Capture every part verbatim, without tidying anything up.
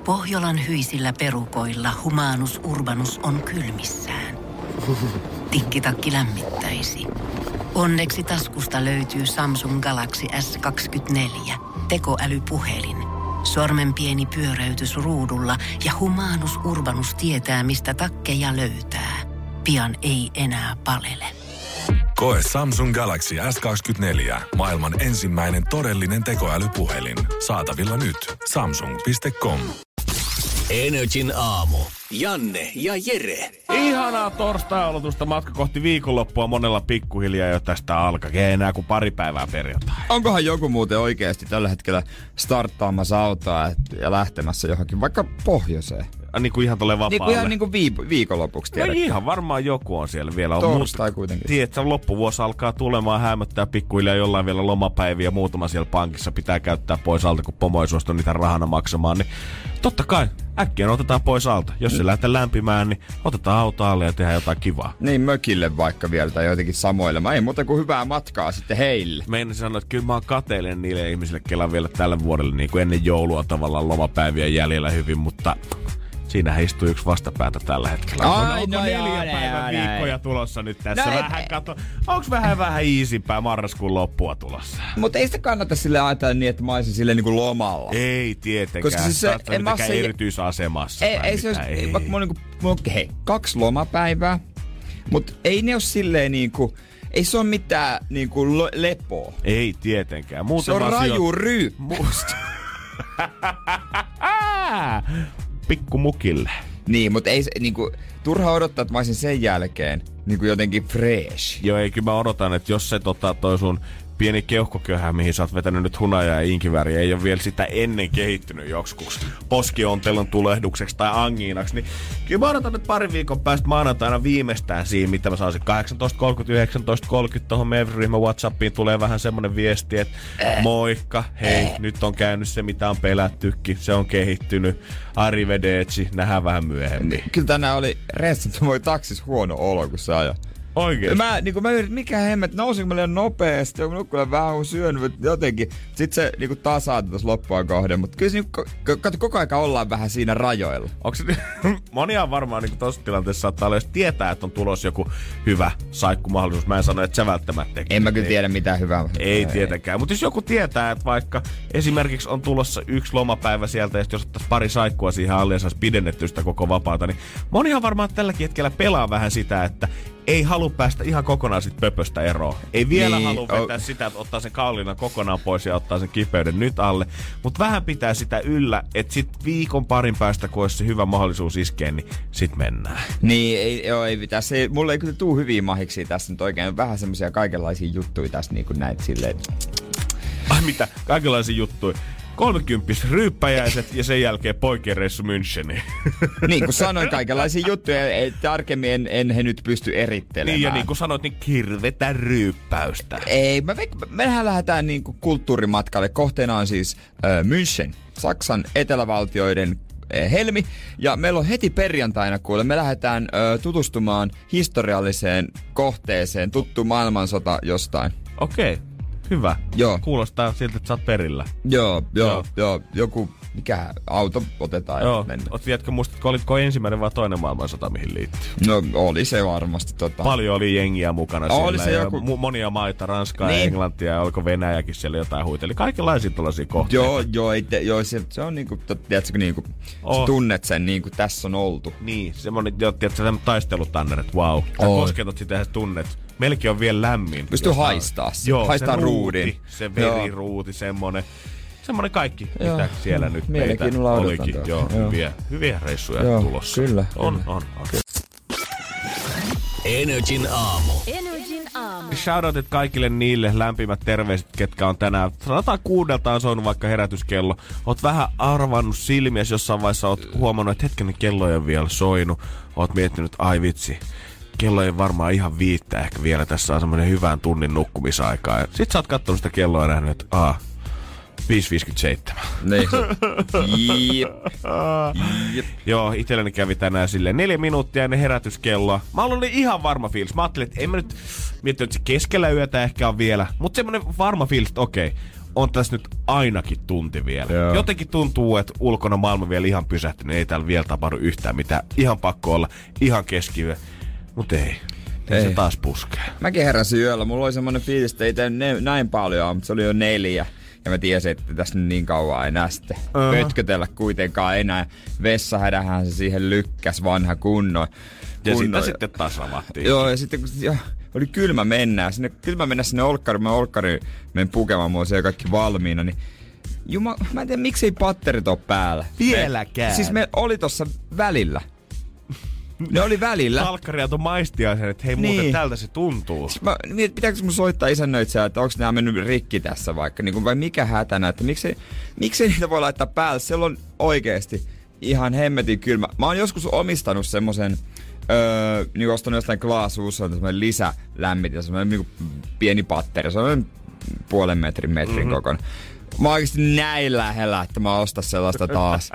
Pohjolan hyisillä perukoilla Humanus Urbanus on kylmissään. Tikkitakki lämmittäisi. Onneksi taskusta löytyy Samsung Galaxy S kaksikymmentäneljä, tekoälypuhelin. Sormen pieni pyöräytys ruudulla ja Humanus Urbanus tietää, mistä takkeja löytää. Pian ei enää palele. Koe Samsung Galaxy S kaksikymmentäneljä, maailman ensimmäinen todellinen tekoälypuhelin. Saatavilla nyt. samsung piste com. Energin aamu. Janne ja Jere. Ihanaa torstai-aloitusta, matka kohti viikonloppua monella pikkuhiljaa jo tästä alkaa. Ei enää kuin pari päivää perjantai. Onkohan joku muuten oikeasti tällä hetkellä starttaamassa autoa ja lähtemässä johonkin, vaikka pohjoiseen? Niin kuin ihan tulee vapaalle. Niin kuin ihan niin kuin viip- viikonlopuksi, no ihan varmaan joku on siellä vielä. Torstai kuitenkin. Tiedätkö, loppuvuosi alkaa tulemaan, hämöttää pikkuhiljaa jollain vielä lomapäiviä. Muutama siellä pankissa pitää käyttää pois alta, kun pomo ei suostu niitä rahana maksamaan. Niin totta kai, äkkiä otetaan pois alta. Jos se lähtee lämpimään, niin otetaan auto alle ja tehdään jotain kivaa. Niin, mökille vaikka vielä tai jotenkin samoille. Ei muuta kuin hyvää matkaa sitten heille. Meinasin sanoa, että kyllä mä oon kateellinen niille ihmisille, kellä vielä tällä vuodelle niin kuin ennen joulua tavallaan lomapäiviä jäljellä hyvin, mutta siinähän istuu yksi vastapäätä tällä hetkellä. Ai, onko no neljä joo, päivän joo, viikkoja joo. tulossa nyt tässä? No, vähän kato, onks vähän vähän iisimpää marraskuun loppua tulossa? Mutta ei sitä kannata sille ajatella niin, että mä olisin silleen niin kuin lomalla. Ei tietenkään. Koska siis se, en mä se erityisasemassa. Ei, ei se olisi, ei. Vaikka mulla on, niin kuin, mulla on hei, kaksi lomapäivää, mutta ei ne ole silleen niinku, ei se ole mitään niinku lepoa. Ei tietenkään. Muuten se on raju ryyppä. Musta. Pikku mukille. Niin, mutta ei niinku, turha odottaa, että mä olisin sen jälkeen niinku jotenkin fresh. Joo, ei kyllä mä odotan, että jos se tota, toi sun pieni keuhkoköhä, mihin sä oot vetänyt nyt hunajaa ja inkiväriä, ei ole vielä sitä ennen kehittynyt joksikuksi poskiontelon tulehdukseksi tai angiinaksi, niin kyllä mä odotan nyt pari viikon päästä maanantaina viimeistään siinä, mitä mä saisin kahdeksantoista kolmekymmentä, yhdeksäntoista kolmekymmentä tuohon meidän ryhmän WhatsAppiin tulee vähän semmonen viesti, että moikka, hei, nyt on käynyt se, mitä on pelättykin, se on kehittynyt, arrivederci, nähdään vähän myöhemmin. Kyllä tänään oli reissattu voi taksis huono olo, kun se ajaa. Oikeesti? Mä, niin mä yritin, mikä hemmet, nousinko mä liian nopeasti, joku nukkulen vähän on syönyt, jotenkin. Sitten se niin tasaa tuossa loppua kohden, mutta kyllä se niin, kato, koko aika ollaan vähän siinä rajoilla. Onko se, monia on varmaan niin tuossa tilanteessa saattaa olla, jos tietää, että on tulossa joku hyvä saikkumahdollisuus. Mä en sano, että sä välttämättä tekee. En mä kyllä tiedä mitään hyvää. Ei, ei tietenkään, mutta jos joku tietää, että vaikka esimerkiksi on tulossa yksi lomapäivä sieltä, ja jos ottaisi pari saikkua siihen alle ja saisi pidennettyä sitä koko vapaata, niin monihan varmaan tälläkin hetkellä pelaa vähän sitä, että ei halua päästä ihan kokonaan sit pöpöstä eroon. Ei vielä niin, halua vetää oh. sitä, että ottaa sen kaulina kokonaan pois ja ottaa sen kipeyden nyt alle. Mutta vähän pitää sitä yllä, että sit viikon parin päästä, kun olisi se hyvä mahdollisuus iskeä, niin sit mennään. Niin, ei, joo, ei pitää. Se, mulle ei kyllä tuu hyviä mahiksi tässä nyt oikein. Vähän semmosia kaikenlaisia juttuja tässä niin kuin näitä silleen. Ai mitä? Kaikenlaisia juttuja. Kolmekymppis ryyppäjäiset ja sen jälkeen poikien reissu Müncheniin. Niin kuin sanoin, kaikenlaisia juttuja. Ei, tarkemmin en, en he nyt pysty erittelemään. Niin ja niin kuin sanoit, niin kirvetä ryyppäystä. Ei, me, mehän lähdetään niin kuin kulttuurimatkalle. Kohteena on siis äh, München, Saksan etelävaltioiden äh, helmi. Ja meillä on heti perjantaina, kuule, me lähdetään äh, tutustumaan historialliseen kohteeseen, tuttu maailmansota jostain. Okei. Okay. Hyvä. Joo. Kuulostaa siltä, että sä oot perillä. Joo, joo, joo. joo. Joku, mikä auto otetaan joo. ja mennään. Oot tiedätkö, muistatko, olitko ensimmäinen vai toinen maailmansota, mihin liittyy? No, oli se varmasti. Tota. Paljon oli jengiä mukana oli siellä. Se ja joku... monia maita, Ranskaa niin. Ja Englantia, ja oliko Venäjäkin siellä jotain huiteli. Kaikenlaisia tuollaisia kohteita. Joo, joo, te, joo se, se on niinku, tiedätkö, niinku, oh. tunnet sen niinku tässä on oltu. Niin, semmonen, jo, tiedätkö, semmonen taistelutanner, että vau. Wow. Sä oh. kosketat sitä ja tunnet. Melkein on vielä lämmin. Pystyy haistaa se. Joo, haistaa se ruudin. Ruuti, se veriruuti, semmonen. Semmonen kaikki, joo. Mitä siellä nyt meitä olikin. Joo, joo. Hyviä, hyviä reissuja joo, tulossa. Kyllä. On, kyllä. on, on. Energin aamu. Energin aamu. Shoutoutit kaikille niille, lämpimät terveiset, ketkä on tänään. Sanotaan kuudelta on soinut vaikka herätyskello. Oot vähän arvannut silmiäsi jossain vaiheessa, oot huomannut, että hetken kello ei ole vielä soinut. Oot miettinyt, ai vitsi. Kello ei varmaan ihan viittää, ehkä vielä tässä on semmoinen hyvän tunnin nukkumisaikaa. Sit sä oot kattonut sitä kelloa ja nähnyt, että aah, viisi viisikymmentäseitsemän. Niin. Jep. Jep. Joo, itselleni kävi tänään silleen neljä minuuttia ennen herätyskelloa. Mä olin ihan varma fiilis. Mä ajattelin, että en mä nyt miettinyt, että se keskellä yötä ehkä on vielä. Mutta semmonen varma fiilis, että okei, on tässä nyt ainakin tunti vielä. Joo. Jotenkin tuntuu, että ulkona maailma vielä ihan pysähtynyt. Ei täällä vielä tapahdu yhtään mitään. Ihan pakko olla. Ihan keskiyö. Mut ei. Ei, ei se taas puskee. Mäkin heräsin yöllä. Mulla oli semmonen fiilis, että ei tee näin paljon, mutta se oli jo neljä. Ja mä tiesin, että tässä nyt niin kauan enää sitten uh-huh. pötkötellä kuitenkaan enää. Vessahädähän se siihen lykkäs vanha kunnon. Ja sitä sitten taas avattiin. Joo, ja sitten kun ja, oli kylmä mennä. Sinne, kylmä mennä sinne olkkariin. Mä olkkariin menen pukemaan, mulla on siellä kaikki valmiina. Niin Juma, mä en tiedä, miksei patterit ole päällä. Vieläkään. Me, siis me oli tossa välillä. Ne oli välillä. Salkkaria tuon maistiaisen, että hei niin. Muuten tältä se tuntuu. Mä mietin, pitääkö mun soittaa isännöitsijää, että onko nämä mennyt rikki tässä vaikka, niin kuin, vai mikä hätänä, että miksei, miksei niitä voi laittaa päälle. Siellä on oikeesti ihan hemmetin kylmä. Mä oon joskus omistanut semmosen, öö, niin ostanut jostain Glaasuussa, on semmoinen lisälämmitin, semmoinen niin pieni patteri, semmoinen puolen metrin metrin mm-hmm. kokoinen. Mä oon oikeesti näin lähellä, että mä ostan sellaista taas.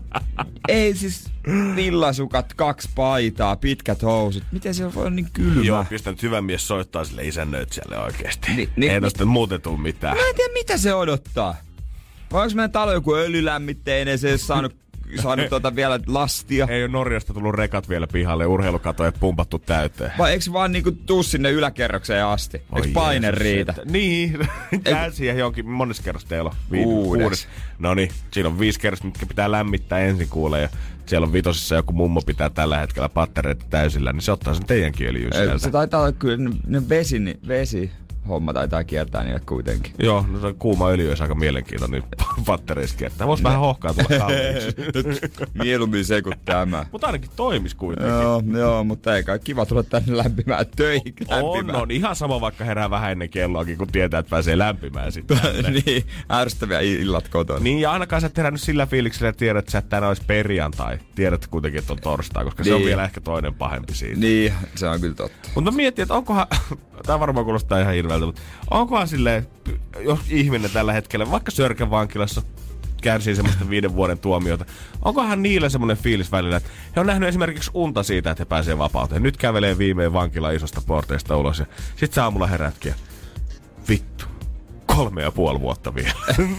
Ei siis villasukat, kaksi paitaa, pitkät housut. Miten se voi olla niin kylmä? Joo, pistän nyt hyvä mies soittaa sille isännöitsijälle oikeesti. Ni, ni, Ei tosta muuten tuu mitään. Mä en tiedä, mitä se odottaa. Vai onko meidän talo joku öljylämmitteinen, se ei saanut, saanut tuota vielä lastia? Ei ole Norjasta tullut rekat vielä pihalle, urheilukatoja pumpattu täyteen. Vai eikö vaan niinku tuu sinne yläkerrokseen asti? Eikö paine Jeesus, riitä? Että, niin, jää siihen johonkin, monessa kerrosta teillä on? Viid, kuudes. kuudes. No niin, siinä on viisi kerrosta, mitkä pitää lämmittää ensin kuulee. Ja siellä on vitosissa joku mummo pitää tällä hetkellä pattereita täysillä, niin se ottaa sen teidänkin öljyyn sieltä. Se taitaa olla kyllä, ne vesi, vesi. Homma taitaa kiertää niille kuitenkin. Joo, no se kuuma öljy olisi aika mielenkiintoinen niin pattereista kiertää. Voisi vähän hohkaa tulla kalliiksi. Mieluummin se kuin tämä. Mutta ainakin toimis kuitenkin. Joo, joo, mutta ei kai kiva tulla tänne lämpimään töihin. On, on ihan sama vaikka herää vähän ennen kelloakin, kun tietää, että pääsee lämpimään sitten. Niin, ärsyttäviä illat kotona. Niin, ja ainakaan sä et herännyt sillä fiiliksellä, että tiedät, että sä et tänään olisi perjantai. Tiedät kuitenkin, että on torstai, koska niin. Se on vielä ehkä toinen pahempi siitä. Niin, se on kyllä totta. Mutta mä mietin, että onkohan, tää varmaan kuulostaa ihan hirveältä, mutta onkohan silleen, jos ihminen tällä hetkellä, vaikka Sörkän vankilassa kärsii semmoista viiden vuoden tuomiota, onkohan niillä semmoinen fiilis välillä, että he on nähnyt esimerkiksi unta siitä, että he pääsee vapauteen. Nyt kävelee viimein vankila isosta porteista ulos ja sit sä aamulla herätkin. Vittu, kolme ja puoli vuotta vielä.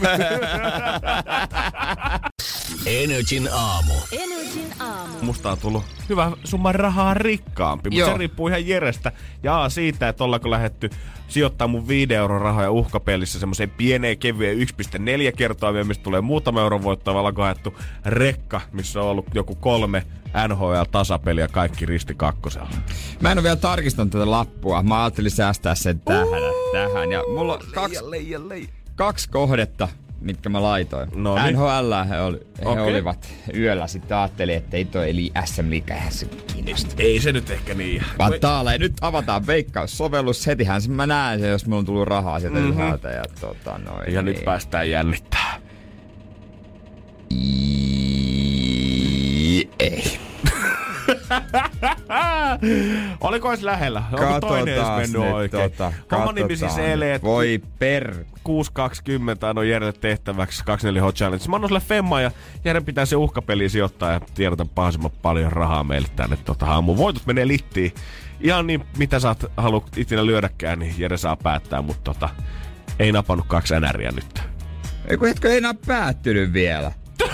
Energin aamu. Energin aamu. Musta on tullut hyvä summa rahaa rikkaampi, mutta se riippuu ihan Jerestä. Ja siitä, että ollaanko lähdetty sijoittaa mun viiden euron rahoja uhkapelissä semmoiseen pieneen kevyeen yksi pilkku neljä kertoimia, mistä tulee muutama euron voittoa, vai ollaanko haettu rekka, missä on ollut joku kolme N H L-tasapeliä kaikki risti kakkosella. Mä en ole vielä tarkistanut tätä lappua. Mä ajattelin säästää sen tähän. tähän. Ja mulla on kaksi, leija, leija. kaksi kohdetta, mitkä mä laitoin. No niin. N H L he, oli, he okay. olivat yöllä. Sitten ajattelin, että ei toi eli S M-liiga eihän se kiinnosta. Ei se nyt ehkä niin. Vaan täällä nyt avataan Veikkaus-sovellus. Hetihän mä näen sen, jos mulla on tullut rahaa sieltä mm-hmm. ylhäältä. Ja, tota, noin, ja niin. Nyt päästään jännittää. I- ei. Oliko edes lähellä? Onko toinen edes mennyt oikein? Tota, Homman nimi siis eilen. Voi per... kuusi kaksikymmentä annoin Jerelle tehtäväksi kaksikymmentäneljä Hot Challenge. Mä annoin sille femmaa ja Jere pitää se uhkapeliin sijoittaa ja tiedottaa pahasimman paljon rahaa meille tänne tota aamuun. Voitot menee littiin. Ihan niin, mitä sä oot haluat ikinä lyödäkään, niin Jere saa päättää, mutta tota, ei napannut kaksi änäriä nyt. Ei kun hetkö ei enää päättynyt vielä.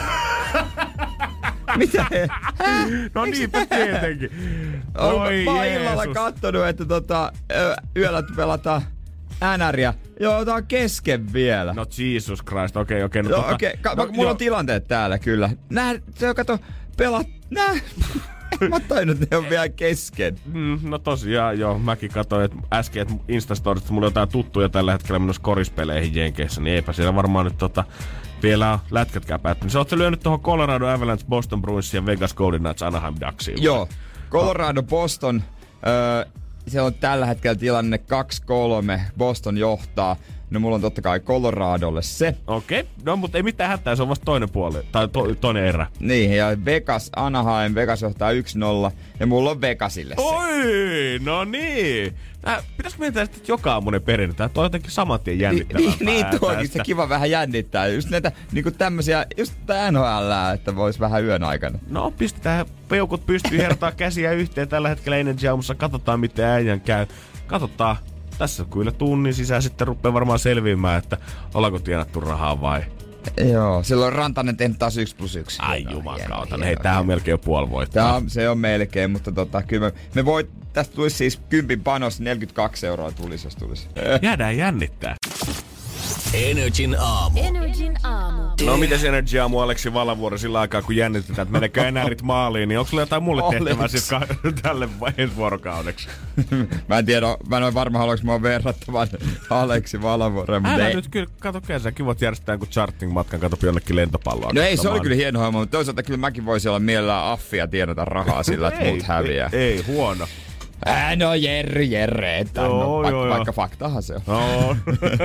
Mitä? Häh? No niinpä tietenkin. Oi mä oon illalla kattonut, että tota, yöllä pelataan änäriä. Joo, tää on kesken vielä. No Jesus Christ, okei, okay, okei. Okay, no, tota, okay. Ka- no, mulla jo. on tilanteet täällä kyllä. Nää, se on kato, pelaat, nää. Mä tajunnut, että ne on vielä kesken. Mm, no tosiaan, joo. Mäkin katsoin että äsken, että Instastorista mulla on jotain tuttuja tällä hetkellä menossa korispeleihin Jenkeissä, niin eipä siellä varmaan nyt tota... Vielä on lätkätkään päättynyt. Sä oot sä lyönyt tuohon Colorado Avalanche, Boston Bruins ja Vegas Golden Knights Anaheim Ducksiin. Joo. Colorado, Boston. Öö, se on tällä hetkellä tilanne kaksi kolme. Boston johtaa. No mulla on totta kai Coloradolle se. Okei. Okay. No mutta ei mitään hätää, se on vasta toinen puoli. Tai to, toinen erä. Niin, ja Vegas, Anaheim. Vegas johtaa yksi nolla. Ja mulla on Vegasille se. Oi, no niin. Tää, pitäisikö miettiä, että joka aamunen perinne? Tää on jotenkin saman tien jännittävämpää. Niin, niin tuokin se kiva vähän jännittää. Just näitä niinku tämmösiä, just tää N H L, että vois vähän yön aikana. No pistetään peukut pystyy, hertaa käsiä yhteen tällä hetkellä Energy aamussa. Katsotaan miten äijän käy. Katsotaan. tässä kyllä tunnin sisään sitten rupeaa varmaan selviämään, että ollaanko tienattu rahaa vai... Joo, silloin Rantanen tehnyt taas yksi plus yksi. Ai jumakauta, hei tää on melkein jo puoli voittaa. Tää, se on melkein, mutta tota, kyllä me, me voit, tästä tulisi siis kympin panos, neljäkymmentäkaksi euroa tulisi, jos tulisi. Jäädään jännittää. Energin aamu. Energin aamu. No mites Energy aamu Aleksi Valavuori sillä aikaa, kun jännitetään, että menekö enäärit maaliin, niin onko sulla jotain mulle tehtävää sit ka- tälle ensi vuorokaudeksi? Mä en tiedä, mä en ole varma, haluanko mä verrattavan Aleksi Valavuoren, mutta Älä ei. nyt kyllä, kato kesäkin voit järjestää jonkun charting-matkan, kato jonnekin lentopalloa. No ei, se oli kyllä hieno homma, mutta toisaalta kyllä mäkin voisin olla mielellään affi ja tienata rahaa sillä, että muut häviää. Ei, ei, huono. Ää, no Jerry, Jerry, että Joo, no, joo, vaikka, joo. vaikka faktahan se on. No.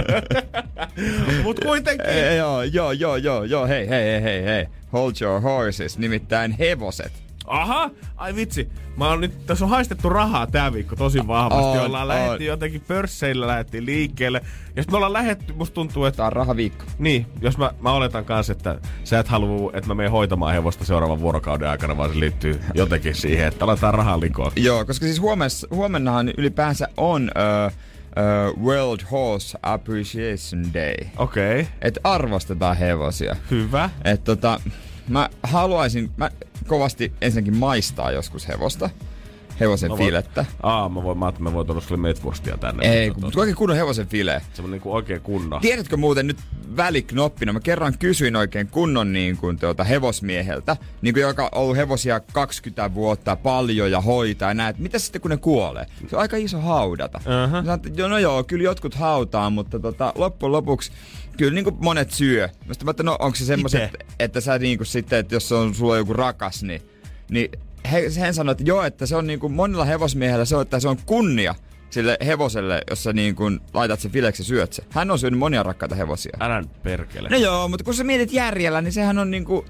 Mut kuitenkin. Ei, joo, joo, joo, joo, joo, hei, hei, hei, hei, hei. Hold your horses, nimittäin hevoset. Aha, ai vitsi. Mä oon nyt, tässä on haistettu rahaa tää viikko tosi vahvasti. On, ollaan on. lähetty jotenkin pörsseillä, lähettiin liikkeelle. Ja sit me ollaan lähetty, musta tuntuu, että... Tää on rahaviikko. Niin, jos mä, mä oletan kanssa, että sä et halua, että mä menen hoitamaan hevosta seuraavan vuorokauden aikana, vaan se liittyy jotenkin siihen, että aletaan rahaa likoon. Joo, koska siis huomessa, huomennahan ylipäänsä on uh, uh, World Horse Appreciation Day. Okei, okay. Et arvostetaan hevosia. Hyvä. Et tota, mä haluaisin, mä kovasti ensinnäkin maistaa joskus hevosta. Hevosen No, filettä. Aa, mä voin, mä ajattelin, mä voin tuoda sulle metwurstia tänne. Ei, mutta mutta oikein kunnon hevosen file. semmonen niinku oikein kunnon. Tiedätkö muuten nyt väliknoppina? Mä kerran kysyin oikein kunnon niin kuin, tuota, hevosmieheltä, niin kuin, joka on ollut hevosia kaksikymmentä vuotta paljon ja hoitaa ja näet. Mitä sitten kun ne kuolee? Se on aika iso haudata. Uh-huh. Mä sanoin, että, no joo, kyllä jotkut hautaa, mutta tota, loppujen lopuksi kyllä niin kuin monet syö. Mä sitten, että no onko se semmoiset, että, että sä niin kuin sitten, että jos on sulla joku rakas, niin, niin he, hän sanoi, että joo, että se on niin kuin monilla hevosmiehellä se on, että se on kunnia sille hevoselle, jos sä niin kuin laitat sen fileksi ja syöt se. Hän on syönyt monia rakkaita hevosia. Älä nyt perkele. No joo, mutta kun sä mietit järjellä, niin sehän on niinku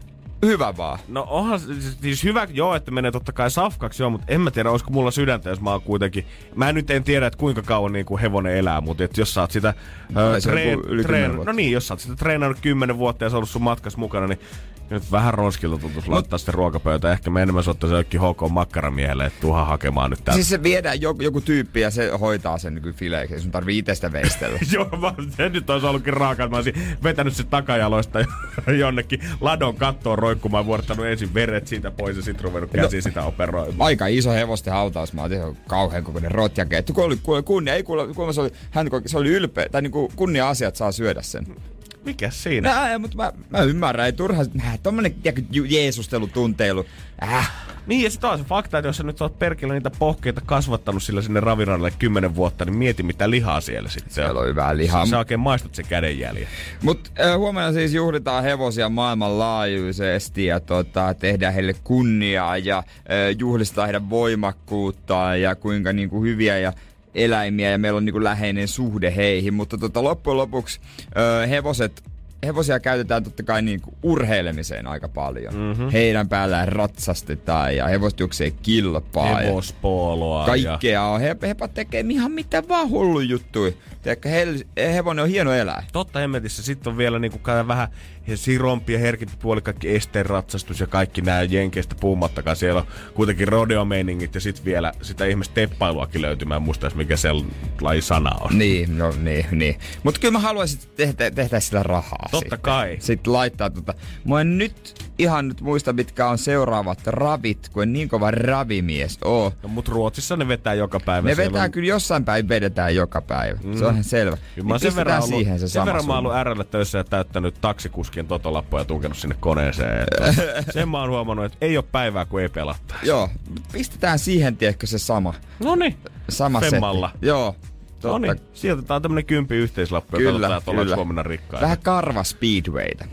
hyvä vaan. No onhan siis hyvä, joo, että menee totta kai safkaksi, joo, mutta en mä tiedä, olisiko mulla sydäntä, jos mä oon kuitenkin... Mä nyt en tiedä, että kuinka kauan niin kuin hevonen elää, mutta et jos sä oot sitä... No, Ö, se on treen, yli kymmenen treen, vuotta. no niin, jos sä oot sitä treenannut kymmenen vuotta ja sä oot ollut sun matkas mukana, niin nyt vähän ronskilta tuntuisi laittaa sitten ruokapöytä. Ehkä me enemmän soittaa se jokin H K Makkaramiehelle, että tuha hakemaan nyt täältä. Siis se viedään joku, joku tyyppi ja se hoitaa sen niin fileiksi, ei sun tarvii itse sitä veistellä. Joo, mä, se nyt olisi ollutkin raaka. Mä olisin vetänyt sen takajaloista jonnekin ladon kattoon roikkumaan, vuodattanut ensin veret siitä pois ja sit ruvennut käsiin no, sitä operoimaan. Aika iso hevosten hautausmaa, se on kauhean kokoinen rotjakettu. Kun oli kuule, kunnia, ei kuule, kuule se oli, hän se oli ylpeä, tai niinku kunnia-asia, että saa syödä sen. Mikäs siinä? Nää, mutta mä, mä ymmärrän, ei turha, nää, tommonen tiedätkö, jeesustelu, tunteilu. Äh. Niin, ja sit on se fakta, että jos sä nyt oot perkele niitä pohkeita kasvattanut sillä sinne raviradalle kymmenen vuotta, niin mieti mitä lihaa siellä sitten. Siellä on hyvää lihaa. Sä oikein maistut sen kädenjäljen. Mut äh, huomenna siis juhlitaan hevosia maailmanlaajuisesti ja tota, tehdään heille kunniaa ja äh, juhlistetaan heidän voimakkuuttaan ja kuinka niinku hyviä ja eläimiä ja meillä on niinku läheinen suhde heihin, mutta tota, loppujen lopuksi ö, hevoset, hevosia käytetään totta kai niinku urheilemiseen aika paljon. Mm-hmm. Heidän päällään ratsastetaan ja hevoset juoksee kilpaa. Hevospooloa. Ja kaikkea on. He, hepa tekee ihan mitä vaan hullu juttui. Tiedätkö, he, hevonen on hieno eläin. Totta hemmetissä. Sitten on vielä niinku vähän sirompi ja herkimpi puoli, kaikki esteenratsastus ja kaikki nää jenkeistä puhumattakaan. Siellä on kuitenkin rodeo-meiningit ja sitten vielä sitä ihme teppailuakin löytymään. Musta mikä se laji sana on. Niin, no niin, niin. Mutta kyllä mä haluaisin tehdä, tehdä sillä rahaa. Totta sitten. kai. Sitten laittaa tota. Mä en nyt ihan nyt muista, mitkä on seuraavat ravit, kun en niin kova ravimies oo. No, mut Ruotsissa ne vetää joka päivä. Ne Siellä vetää on... kyllä jossain päin vedetään joka päivä. Mm. Se on ihan selvä. Kyllä mä niin sen verran, siihen ollut, se sen sama verran mä oon summa. ollut R:lle töissä ja täyttänyt taksikuskien totolappuja ja tunkenut sinne koneeseen. Että sen mä oon huomannut, että ei oo päivää, kun ei pelata. Joo, pistetään siihen, tiedätkö, se sama. Noniin. Sama Femmalla. setti. Joo. No niin, sijoitetaan tämmönen kympi yhteislappu ja Kyllä, katsotaan, että ollaanko kyllä. huomenna rikkaita. Vähän karva speedwayta.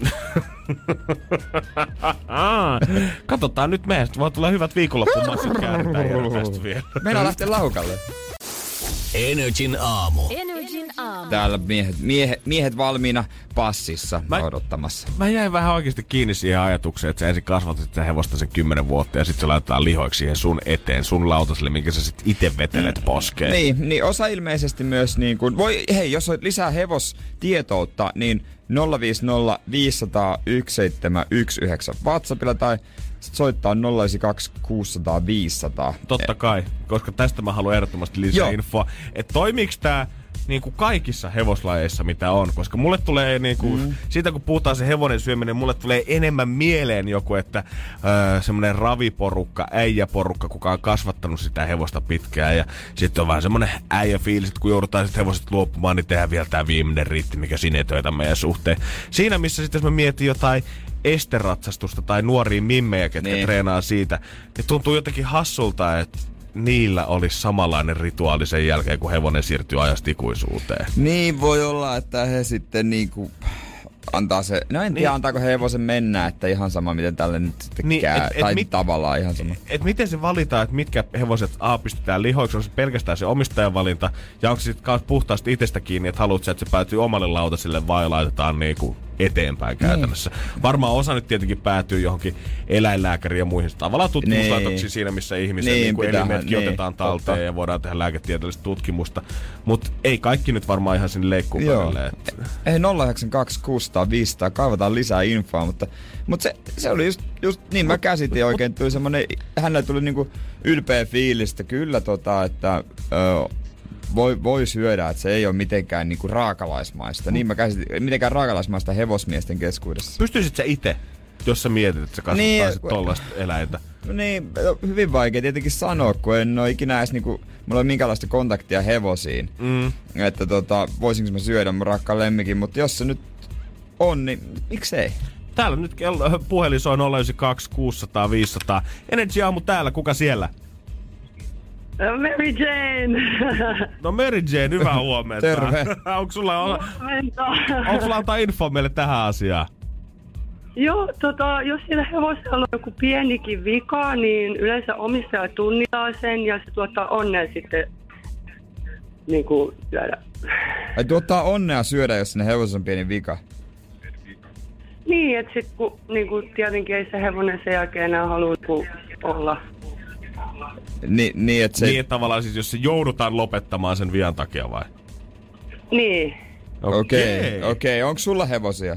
Katsotaan nyt meistä. Voi tulla hyvät viikonloppumassut käännetään tästä vielä. Mennään lähteä laukalle. Energin aamu. Energin aamu. Täällä miehet, miehet, miehet valmiina passissa Mä- odottamassa. Mä jäin vähän oikeasti kiinni siihen ajatukseen, että sä ensin kasvatit sitä hevosta sen kymmenen vuotta ja sit se laitetaan lihoiksi siihen sun eteen, sun lautaselle, minkä sä sit ite vetelet poskeen. Niin, niin osa ilmeisesti myös niin kuin, voi, hei, jos on lisää hevostietoutta, niin nolla viisi nolla viisi nolla nolla yksi seitsemän yksi yhdeksän WhatsAppilla tai sit soittaa nolla yhdeksän kaksi kuusi nolla nolla viisi nolla nolla. Totta kai, koska tästä mä haluan ehdottomasti lisää Joo. infoa. Että toimiiks tää niinku kaikissa hevoslajeissa, mitä on? Koska mulle tulee niinku, mm. siitä kun puhutaan se hevonen syöminen, mulle tulee enemmän mieleen joku, että öö, semmonen raviporukka, äijäporukka, kuka on kasvattanut sitä hevosta pitkään. Ja sitten on vähän semmonen äijäfiilis, että kun joudutaan sit hevoset luopumaan, niin tehdään vielä tää viimeinen riitti, mikä sinetöitä meidän suhteen. Siinä missä sitten jos mä mietin jotain esteratsastusta tai nuoria mimmejä, ketkä niin. treenaa siitä, niin tuntuu jotenkin hassulta, että niillä olisi samanlainen rituaali sen jälkeen, kun hevonen siirtyy ajasta ikuisuuteen. Niin voi olla, että he sitten niinku antaa se, no en tiedä niin. antaako he hevosen mennä, että ihan sama miten tälle nyt sitten niin, käy, et, et tai mit, tavallaan ihan sama. Et, et miten se valitaan, että mitkä hevoset A pistetään lihoiksi, on se pelkästään se omistajan valinta, ja onko se sitten puhtaasti itsestä kiinni, että haluat että se päätyy omalle lautasille vai laitetaan niinku eteenpäin käytännössä. Niin. Varmaan osa nyt tietenkin päätyy johonkin eläinlääkäriin ja muihin tavallaan tutkimuslaitoksiin niin. siinä, missä ihmisen niin, niin elimetkin niin, otetaan talteen totta. Ja voidaan tehdä lääketieteellistä tutkimusta. Mutta ei kaikki nyt varmaan ihan sinne leikkuupäivälle. Että... Ei nolla yhdeksän kaksi kuusi nolla nolla viisi nolla nolla, kaivataan lisää infoa, mutta, mutta se, se oli just, just niin mä käsitin oikein, tuli semmonen, hänelle tuli niinku ylpeä fiilistä kyllä tota, että ö, voi, voi syödä, että se ei ole mitenkään niinku raakalaismaista. Niin mä käsitin, mitenkään raakalaismaista hevosmiesten keskuudessa. Pystyisit sä itse, jos sä mietit, että sä kasvattaisit niin, tollaista eläintä? Niin, hyvin vaikea tietenkin sanoa, kun en ole ikinä edes niinku, mulla ei minkäänlaista kontaktia hevosiin. Mm. Että tota, voisinko mä syödä mun rakkaan lemmikin, mutta jos se nyt on, niin miksei? Täällä nyt kello, puhelin soi nolla yhdeksän kaksi kuusi nolla nolla viisi nolla nolla. Energy Aamu täällä, kuka siellä? Mary Jane. No Mary Jane, hyvää huomenta. Terve. Onko sulla, onko sulla antaa info meille tähän asiaan? Joo, tota, jos sillä hevosella on joku pienikin vika, niin yleensä omistaja tunnistaa sen ja se tuottaa onnea sitten niin kuin syödä. Ai tuottaa onnea syödä, jos sinne hevosessa on pieni vika? Niin, että sitten kun niin kuin, tietenkin ei se hevonen sen jälkeen enää halua olla. Ni, niin, että se... Niin, että tavallaan siis jos se joudutaan lopettamaan sen vian takia vai? Niin. Okei, okay, okei. Okay. Onko sulla hevosia?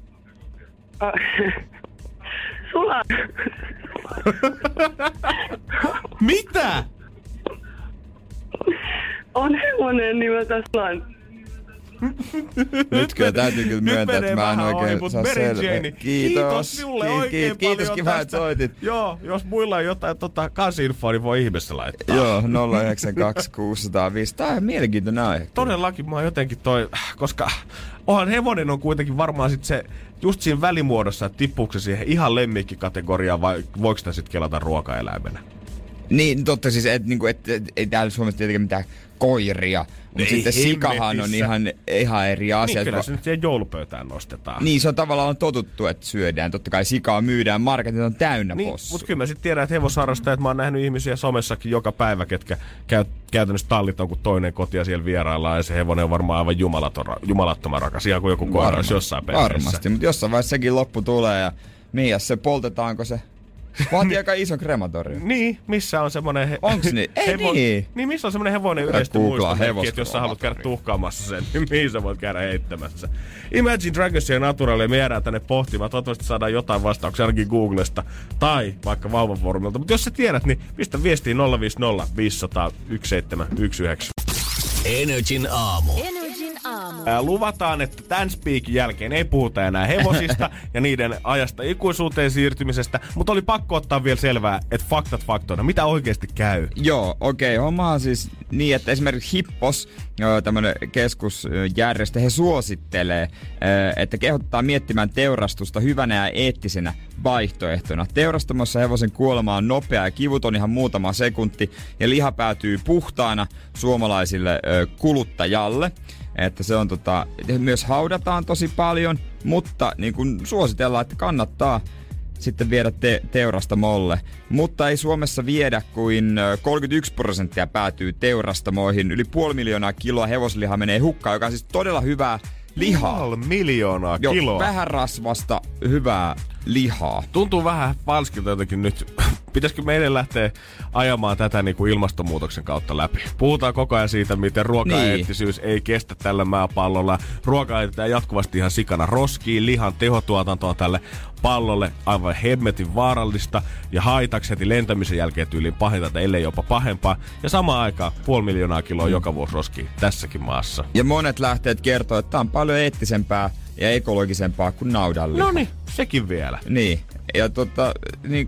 Sulla. Mitä? On hevonen nimeltä Sulan. Nyt kyllä täytyy kyllä myöntää, että mä en oikein ohi, saa selvä. Kiitos. Kiitos sinulle kiitos, oikein kiitos, paljon kiitos, kiva, että soitit. Joo, jos muilla on jotain tota, kansinfoa, niin voi ihmeessä laittaa. Joo, nolla yhdeksän kaksi kuusi nolla nolla viisi. Tää on mielenkiintoinen aihe. Todellakin mä oon jotenkin toi, koska onhan hevonen on kuitenkin varmaan sit se, just siinä välimuodossa, että tippuuko se siihen ihan lemmikkikategoriaan vai voiko sitä sit kelata ruokaeläimenä? Niin, totta siis, että niinku, et, et, ei täällä Suomessa tietenkään mitään koiria. Mutta sitten sikahan on ihan, ihan eri asia. Niin, kyllä se nyt siihen joulupöytään nostetaan. Niin, se on tavallaan totuttu, että syödään. Totta kai sikaa myydään, marketit on täynnä niin, possuja. Mutta kyllä mä sitten tiedän, että hevosharrastajat, mä oon nähnyt ihmisiä somessakin joka päivä, ketkä käy, käytännössä tallit on kuin toinen koti ja siellä vieraillaan. Ja se hevonen on varmaan aivan jumalattoman rakas, ihan kuin joku koira olisi jossain perheessä. Varmasti, mutta jossain vaiheessa sekin loppu tulee ja Mias se poltetaanko se? Vaatii aika ison krematorio. Niin, missä on semmonen... He- Onks niin? Ei hevo- niin. Niin, missä on semmonen hevonen yleisesti muistomerkki, että jos sä haluat käydä tuhkaamassa sen, niin mihin sä voit käydä heittämässä. Imagine Dragons ja Naturalia me jäädään tänne pohtimaan. Toivottavasti saadaan jotain vastauksia ainakin Googlesta tai vaikka Vauvafoorumilta. Mutta jos sä tiedät, niin pistä viestiin nolla viisi nolla viisi nolla nolla yksi seitsemän yksi yhdeksän. Energin aamu. Energin aamu. Ää, luvataan, että tämän speakin jälkeen ei puhuta enää hevosista ja niiden ajasta ikuisuuteen siirtymisestä, mutta oli pakko ottaa vielä selvää, että faktat faktoina. Mitä oikeasti käy? Joo, okei. Okay. Homma on siis niin, että esimerkiksi Hippos, tämmönen keskusjärjestö, he suosittelee, että kehottaa miettimään teurastusta hyvänä ja eettisenä vaihtoehtona. Teurastamossa hevosen kuolema on nopea ja kivuton ihan muutama sekunti ja liha päätyy puhtaana suomalaisille kuluttajalle. Että se on tota, myös haudataan tosi paljon, mutta niin kuin suositellaan, että kannattaa sitten viedä te- teurastamolle. Mutta ei Suomessa viedä kuin kolmekymmentäyksi prosenttia päätyy teurastamoihin. Yli puoli miljoonaa kiloa hevoslihaa menee hukkaan, joka on siis todella hyvää lihaa. Puoli miljoonaa Joo, kiloa. vähän rasvasta, hyvää lihaa. Tuntuu vähän falskilta jotenkin nyt. Pitäisikö meidän lähteä ajamaan tätä niin kuin ilmastonmuutoksen kautta läpi? Puhutaan koko ajan siitä, miten ruokaeettisyys niin. ei kestä tällä maapallolla. Ruokaa etetään jatkuvasti ihan sikana roskiin, lihan tehotuotantoa tälle pallolle aivan hemmetin vaarallista ja haitaksi heti lentämisen jälkeen tyyliin pahinta, ellei jopa pahempaa. Ja samaan aikaan puoli miljoonaa kiloa mm. joka vuosi roskiin tässäkin maassa. Ja monet lähteet kertoo, että tämä on paljon eettisempää ja ekologisempaa kuin naudanliha. No niin, sekin vielä. Niin, ja tota, niin,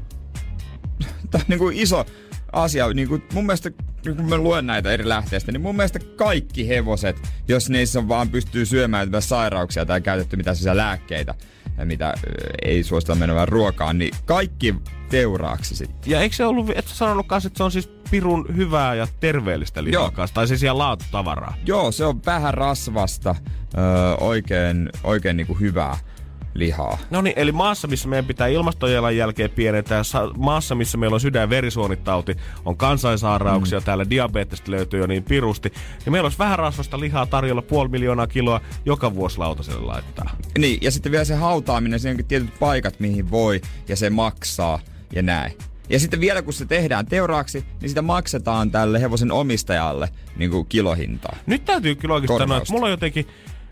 tää on niin kuin iso asia. Niin kuin mun mielestä, niin kun mä luen näitä eri lähteistä, niin mun mielestä kaikki hevoset, jos niissä on vaan pystyy syömään jotain sairauksia tai käytetty mitään sellaisia lääkkeitä, ja mitä ei suosita menemään ruokaan, niin kaikki teuraaksi sitten. Ja eikö se ollut, et sä sanonut kanssa, että se on siis pirun hyvää ja terveellistä lihaa kanssa, tai se siellä laatutavaraa? Joo, se on vähän rasvasta, öö, oikein, oikein niinku hyvää lihaa. No niin, eli maassa, missä meidän pitää ilmastojalan jälkeen pienentää, maassa, missä meillä on sydän- ja verisuonitauti, on kansainsairauksia, mm. täällä diabetesta löytyy jo niin pirusti, ja meillä olisi vähän rasvasta lihaa tarjolla puoli miljoonaa kiloa joka vuosi lautaselle laittaa. Niin, ja sitten vielä se hautaaminen, siinä onkin tietyt paikat, mihin voi, ja se maksaa, ja näin. Ja sitten vielä kun se tehdään teuraaksi, niin sitä maksetaan tälle hevosen omistajalle niin kuin kilohintaa. Nyt täytyy kyllä oikeasti sanoa, että mulla on jotenkin,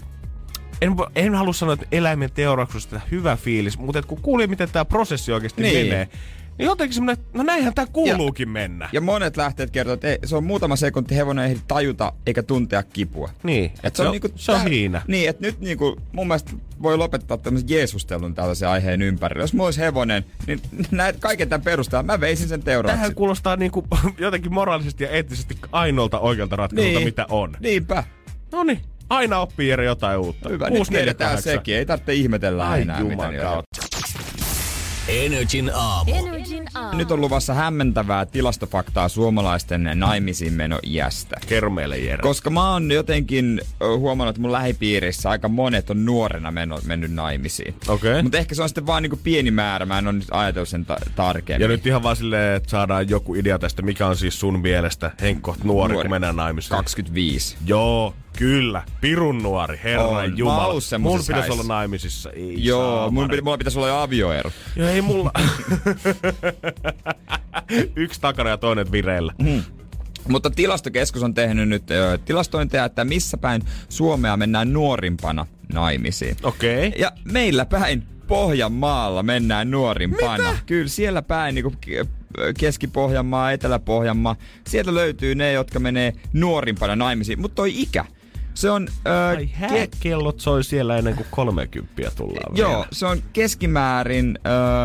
en, en halua sanoa, että eläimen teurauksesta hyvä fiilis, mutta kun kuulin, miten tämä prosessi oikeasti niin. menee, niin jotenkin semmoinen, no näinhän tämä kuuluukin ja, mennä. Ja monet lähteet kertoo, että ei, se on muutama sekunti, hevonen ei ehdi tajuta eikä tuntea kipua. Niin, että et se, se, on, niinku, se on hiina. Niin, että nyt niinku, mun mielestä voi lopettaa tämmöisen jeesustelun tällaisen aiheen ympärillä. Jos mulla olisi hevonen, niin näet kaiken tämän perusteella, mä veisin sen teuraaksi. Tähän kuulostaa niinku, jotenkin moraalisesti ja eettisesti ainoalta oikealta ratkaisulta, niin. mitä on. Niinpä. Noniin. Aina oppii Jere jotain uutta. Hyvä, nyt tiedetään sekin. Ei tarvitse ihmetellä Ai enää mitään. N R J:n aamu. N R J:n aamu. Nyt on luvassa hämmentävää tilastofaktaa suomalaisten naimisiin meno iästä. Kerro meille, Jere. Koska mä oon jotenkin huomannut, että mun lähipiirissä aika monet on nuorena meno, mennyt naimisiin. Okei. Okay. Mutta ehkä se on sitten vaan niinku pieni määrä. Mä en ole nyt ajatellut sen ta- tarkemmin. Ja nyt ihan vaan silleen, että saadaan joku idea tästä. Mikä on siis sun mielestä Henkko nuori, nuori. kun mennään naimisiin? kaksikymmentäviisi. Joo. Kyllä, pirun nuori, herran jumala. Mun pitäisi häissä. olla naimisissa. Ei Joo, mun pitä, mulla pitäisi olla jo avioero. Joo, ei mulla. Yksi takana ja toinen vireillä. Mm. Mutta tilastokeskus on tehnyt nyt ö, tilastointeja, että missä päin Suomea mennään nuorimpana naimisiin. Okei. Okay. Ja meillä päin Pohjanmaalla mennään nuorimpana. Mitä? Kyllä siellä päin niin kuin Keski-Pohjanmaa, Etelä-Pohjanmaa. Sieltä löytyy ne, jotka menee nuorimpana naimisiin. Mutta toi ikä. Se on... Öö, Ai hääkellot soi siellä ennen kuin kolmekymppiä tullaan Joo, vielä. se on keskimäärin öö,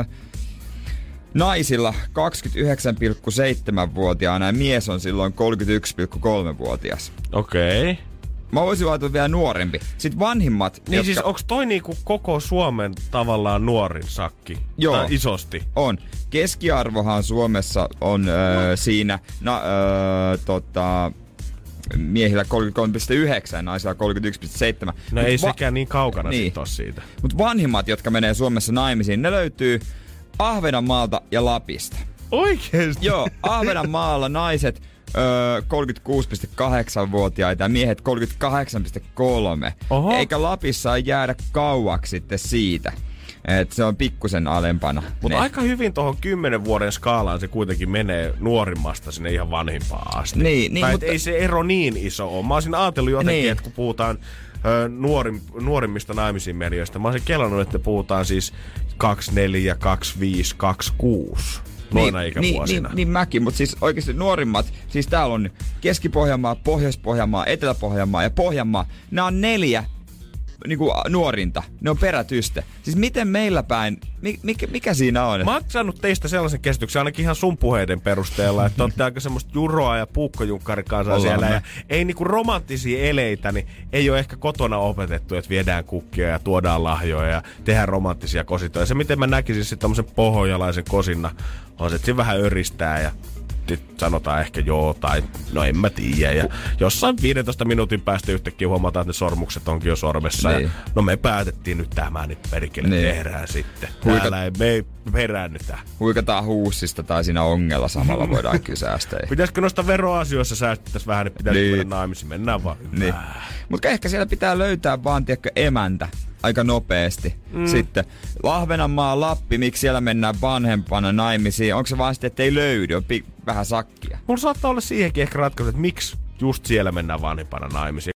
naisilla kaksikymmentäyhdeksän pilkku seitsemän-vuotiaana ja mies on silloin kolmekymmentäyksi pilkku kolme-vuotias. Okei. Okay. Mä voisin ajatella vielä nuorempi. Sitten vanhimmat... Niin jotka... siis onks toi niinku koko Suomen tavallaan nuorin sakki? Joo. Tai isosti? On. Keskiarvohan Suomessa on öö, siinä... Na, öö, tota... miehillä kolmekymmentäkolme pilkku yhdeksän, naisilla kolmekymmentäyksi pilkku seitsemän. No Mut ei va- sekään niin kaukana niin. sit ole siitä. Mutta vanhimmat, jotka menee Suomessa naimisiin, ne löytyy Ahvenanmaalta ja Lapista. Oikeesti? Joo, Ahvenanmaalla naiset öö, kolmekymmentäkuusi pilkku kahdeksan-vuotiaita ja miehet kolmekymmentäkahdeksan pilkku kolme. Oho. Eikä Lapissa ei jäädä kauaksi sitten siitä. Et se on pikkusen alempana. Mutta aika hyvin tuohon kymmenen vuoden skaalaan se kuitenkin menee nuorimmasta sinne ihan vanhimpaan asti. Niin, niin, mutta ei se ero niin iso ole. Mä olisin ajatellut jotenkin, niin. että kun puhutaan ö, nuorim, nuorimmista naimisiin menijöistä, mä olisin kelannut, että puhutaan siis kaksikymmentäneljä, kaksikymmentäviisi, kaksikymmentäkuusi. Noina niin, ikävuosina. Niin, niin, niin mäkin, mutta siis oikeasti nuorimmat, siis täällä on Keski-Pohjanmaa, Pohjois-Pohjanmaa, Etelä-Pohjanmaa ja Pohjanmaa. Nämä on neljä niinku nuorinta. Ne on perätyste. Siis miten meillä päin, mikä, mikä siinä on? Mä oon saanut teistä sellaisen käsityksen, ainakin ihan sun puheiden perusteella, että olette aika semmoista juroa ja puukkojunkkarikansaa siellä. Ja ei niinku romanttisia eleitä, niin ei ole ehkä kotona opetettu, että viedään kukkia ja tuodaan lahjoja ja tehdään romanttisia kosintoja. Se miten mä näkisin sitten tommosen pohjalaisen kosinna on se, että se vähän öristää ja sitten sanotaan ehkä joo tai no en mä tiedä. Ja jossain viidentoista minuutin päästä yhtäkkiä huomataan, että ne sormukset onkin jo sormessa. Niin. Ja no me päätettiin nyt tämä nyt perkele niin. tehdään sitten. Huika... Täällä ei, me ei peräännytä. Huikataan huussista tai siinä ongella samalla voidaan kysästä. Pitäisikö noista veroasioissa säästettäisiin vähän, että pitäisi niin. mennä naimisiin? Mennään vaan hyvää. Niin. Mutta ehkä siellä pitää löytää vaan, tiedätkö, emäntä aika nopeasti. Mm. Sitten Lahvenanmaa, Lappi, miksi siellä mennään vanhempana naimisiin? Onko se vaan sitten, että ei löydy? On pi- vähän sakkia. Mulla saattaa olla siihenkin ehkä ratkaisu, että miksi just siellä mennään vanhempana naimisiin.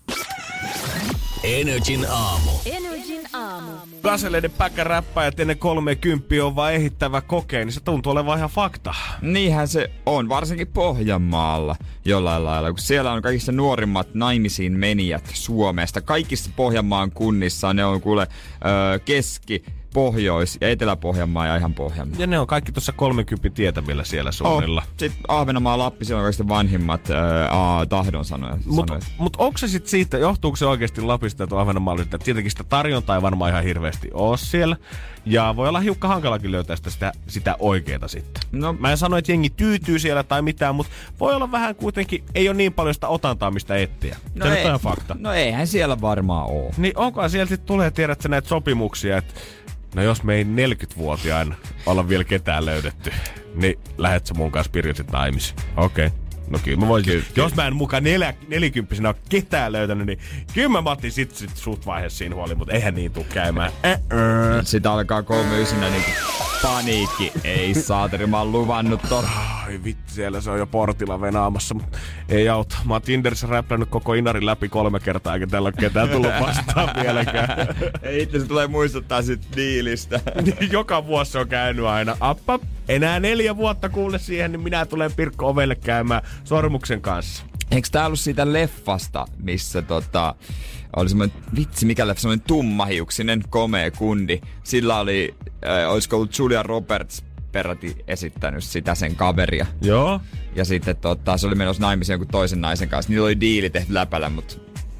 Energin aamu. Energin aamu. Kaseleiden päkkäräppäjät ennen kolmekymppiä on vaan ehittävä kokeen, niin se tuntuu olevan ihan fakta. Niinhän se on, varsinkin Pohjanmaalla jollain lailla, kun siellä on kaikista nuorimmat naimisiin menijät Suomesta. Kaikissa Pohjanmaan kunnissa ne on kuule öö, keski, Pohjois- ja Etelä-Pohjanmaa ja ihan Pohjanmaa. Ja ne on kaikki tuossa kolmenkympin tietävillä siellä suunnilla. Oh. Sitten Ahvenanmaa, Lappi, siellä on kaikista vanhimmat ää, tahdon sanoja. Mutta mut onko se sitten siitä, johtuuko se oikeasti Lapista ja Ahvenanmaalla, että tietenkin sitä tarjontaa ei varmaan ihan hirveästi ole siellä. Ja voi olla hiukka hankalakin löytää sitä, sitä, sitä oikeeta sitten. No, mä en sano, että jengi tyytyy siellä tai mitään, mutta voi olla vähän kuitenkin, ei ole niin paljon sitä otantaa, mistä etsiä. No, se ei, on ihan fakta. No eihän siellä varmaan ole. Niin onkohan siellä sitten tulee, tiedätkö, näitä sopimuksia, että no jos me ei neljäkymmentävuotiaana olla vielä ketään löydetty, niin lähet sä mun kanssa pirjotit naimisiin. Okei. Okay. No kyllä mä voisin. Kyllä, jos mä en mukaan neljä, nelikymppisenä ole ketään löytänyt, niin kyllä mä Matti sit, sit sut vaiheessa siinä huoli, mutta eihän niin tuu käymään. Äh-äh. Sitten alkaa kolmeysinä niinku paniikki. Ei saateri, mä oon luvannut ton. Ai vittu, siellä se on jo portilla venaamassa, mutta ei auta. Mä oon Tinderissä räplännyt koko Inarin läpi kolme kertaa, eikä täällä ole ketään tullut vastaan vieläkään. Ei itse se tulee muistuttaa sit diilistä. Joka vuosi se on käynyt aina. Appa, enää neljä vuotta kuule siihen, niin minä tulen Pirkko ovelle käymään sormuksen kanssa. Eikö tää ollut siitä leffasta, missä tota, oli semmoinen, vitsi mikä leffa, semmoinen tummahiuksinen komea kundi. Sillä oli, äh, olisiko ollut Julia Roberts peräti esittänyt sitä sen kaveria. Joo. Ja sitten tota, se oli menossa naimisiin jonkun toisen naisen kanssa. Niillä oli diili tehty läpällä, mutta...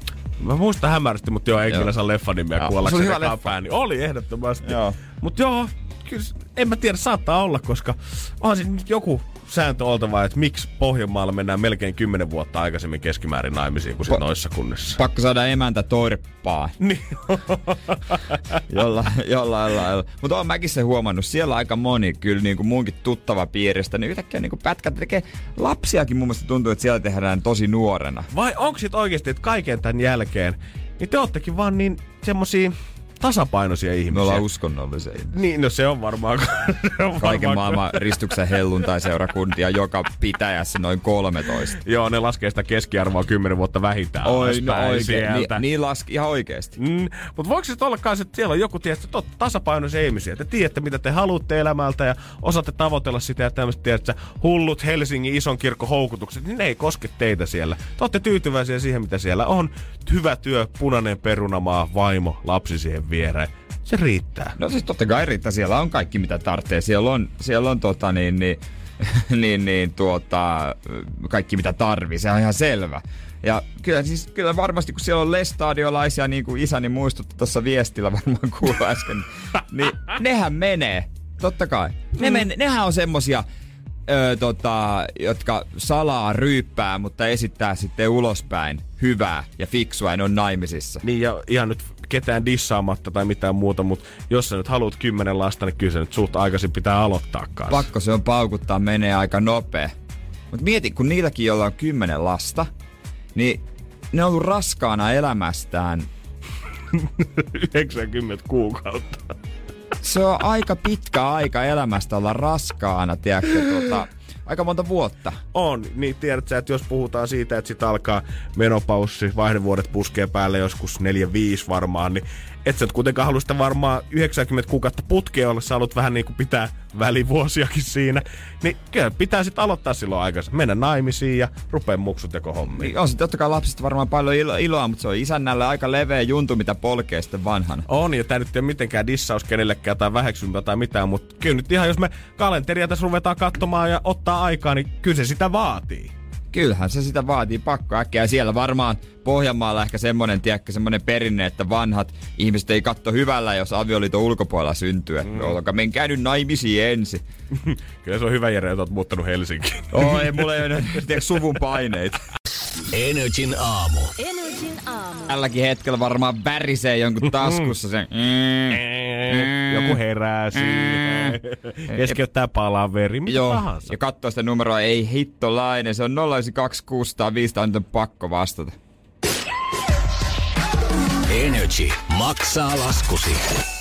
Mä muistan hämärästi, mutta joo, ei joo. kyllä saa leffan nimeä kuollakseni leffa. Niin oli ehdottomasti. Joo. Mut joo, kyllä en mä tiedä, saattaa olla, koska onhan siinä nyt joku sääntö oltava, että miksi Pohjanmaalla mennään melkein kymmenen vuotta aikaisemmin keskimäärin naimisiin kuin pa- noissa kunnissa. Pakko saada emäntä torppaa. Niin. Jolla, jollain lailla. Mutta oon mäkin sen huomannut, siellä aika moni kyllä niin kuin munkin tuttava piiristä, niin yhtäkkiä niin kuin pätkät tekee lapsiakin, mun mielestä tuntuu, että siellä tehdään tosi nuorena. Vai onko sit oikeesti, että kaiken tämän jälkeen, niin te oottekin vaan niin semmosia tasapainoisia ihmisiä. Me ollaan uskonnollisia ihmisiä. Niin, no se on varmaan. Se on kaiken varmaan maailman ristuksen helluntai-seurakuntia joka pitäjässä noin kolmetoista. Joo, ne laskee sitä keskiarvoa kymmenen vuotta vähintään. Oi, no oikein. Ni, niin laski ihan oikeesti. Mm, mutta voiko se ollakaan, että siellä on joku, tietysti, että tasapainoisia ihmisiä. Te tiedätte, mitä te haluatte elämältä ja osaatte tavoitella sitä ja tämmöistä, tiedätte, hullut Helsingin ison kirkon houkutukset, niin ne ei koske teitä siellä. Te olette tyytyväisiä siihen, mitä siellä on. Hyvä työ, punainen perunamaa, vaimo, lapsi siihen viereen. Se riittää. No siis totta kai riittää. Siellä on kaikki, mitä tarvitsee. Siellä on, siellä on tota niin, niin, niin, niin tuota, kaikki, mitä tarvii. Se on ihan selvä. Ja kyllä, siis, kyllä varmasti, kun siellä on lestadiolaisia, niin kuin isäni muistutti tuossa viestillä varmaan kuulla äsken, niin nehän menee. Totta kai. Ne men, nehän on semmosia, Öö, tota, jotka salaa ryyppää, mutta esittää sitten ulospäin hyvää ja fiksua ja ne on naimisissa. Niin ja ihan nyt ketään dissaamatta tai mitään muuta, mutta jos sä nyt haluat kymmenen lasta, niin kyllä se nyt suht aikaisin pitää aloittaa kanssa. Pakko se on paukuttaa, menee aika nopea. Mut mieti, kun niilläkin, joilla on kymmenen lasta, niin ne on ollut raskaana elämästään yhdeksänkymmentä kuukautta. Se on aika pitkä aika elämästä olla raskaana, tiedätkö, tuota, aika monta vuotta. On, niin tiedät sä, että jos puhutaan siitä, että sit alkaa menopaussi, vaihdevuodet puskee päälle joskus neljä viisi varmaan, niin et sä nyt kuitenkaan halua sitä varmaan yhdeksänkymmentä kuukautta putkea olla, sä haluat vähän niinku pitää välivuosiakin siinä, niin kyllä pitää sit aloittaa silloin aikaisemmin, mennä naimisiin ja rupea muksut joko hommiin. Niin on sit totta kai lapsista varmaan paljon ilo- iloa, mutta se on isännälle aika leveä juntu, mitä polkee sitten vanhana. On, ja tää nyt ei ole mitenkään dissaus kenellekään tai väheksympää tai mitään, mutta kyllä nyt ihan jos me kalenteria tässä ruvetaan katsomaan ja ottaa aikaa, niin kyllä se sitä vaatii. kyllähän se sitä vaatii pakko äkkiä. Ja siellä varmaan Pohjanmaalla ehkä semmonen, tiedätkö, semmonen perinne, että vanhat ihmiset ei katso hyvällä, jos avioliiton ulkopuolella syntyy. Mm. Olkaa, menkää nyt naimisiin ensin. Kyllä se on hyvä, Jere, että oot muuttanut Helsinkiin. Oo, ei mulla ei ole suvun paineita. Energin aamu. Energin aamu. Tälläkin hetkellä varmaan värisee jonkun taskussa se. Mm, mm. Joku herää siihen. Keskeyttää palaveri, mitä joo, tahansa. ja katsoo sitä numeroa, ei hittolainen. Se on nolla yhdeksän kaksi kuusi nolla viisi, on nyt pakko vastata. Energy maksaa laskusi.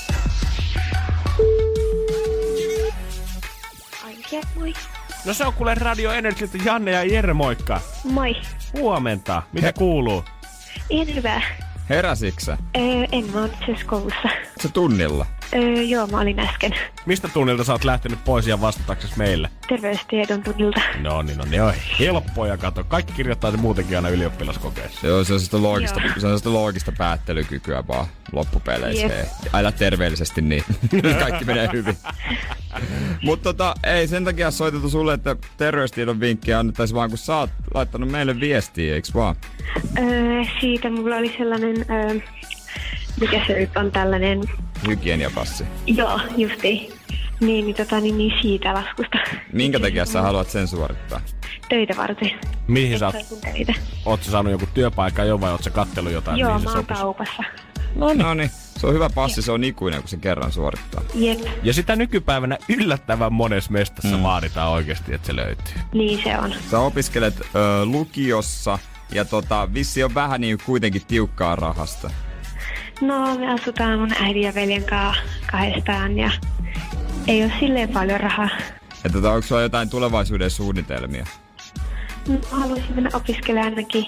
Aike, moi. No se on kuule Radio Energyltä Janne ja Jere, moikka. Moi. Huomenta. Mitä He- kuuluu? Ihan hyvä. Heräsiksä? Öö, en mä oon itse asiassa koulussa. Se tunnilla? Öö, joo, mä olin äsken. Mistä tunnilta sä oot lähtenyt pois ja vastataksesi meille? Terveystiedon tunnilta. No niin, no ne on helppoja, kato. Kaikki kirjoittaa se muutenkin aina ylioppilaskokeessa. Joo, se on sitä loogista, Joo. se on sitä loogista päättelykykyä vaan loppupeleissä. Jep. Aina terveellisesti niin. Kaikki menee hyvin. Mutta tota, ei sen takia soitettu sulle, että terveystiedon vinkkiä annettaisiin vaan, kun sä oot laittanut meille viestiä, eiks vaan? Öö, siitä mulla oli sellainen, öö, mikä se nyt on tällainen, Hygieniapassi. joo, justiin. Niin, niin, tota, niin, niin siitä laskusta. Minkä takia sä haluat sen suorittaa? Töitä varten. Mihin sä oot, Saisin töitä. oot sä saanut joku työpaikka jo vai oot sä kattellut jotain, Joo, mihin se mä oon sopisi? kaupassa. No niin, se on hyvä passi, se on ikuinen, kun se kerran suorittaa. Jep, Ja sitä nykypäivänä yllättävän monessa mestassa mm. vaaditaan oikeasti, että se löytyy. niin se on. Sä opiskelet ö, lukiossa ja tota, vissi on vähän niin kuitenkin tiukkaa rahasta. No, me asutaan mun äidin ja veljen kanssa kahdestaan ja ei ole silleen paljon rahaa. Ja tota, onko sulla jotain tulevaisuuden suunnitelmia? No, haluaisin mennä opiskelemaan ainakin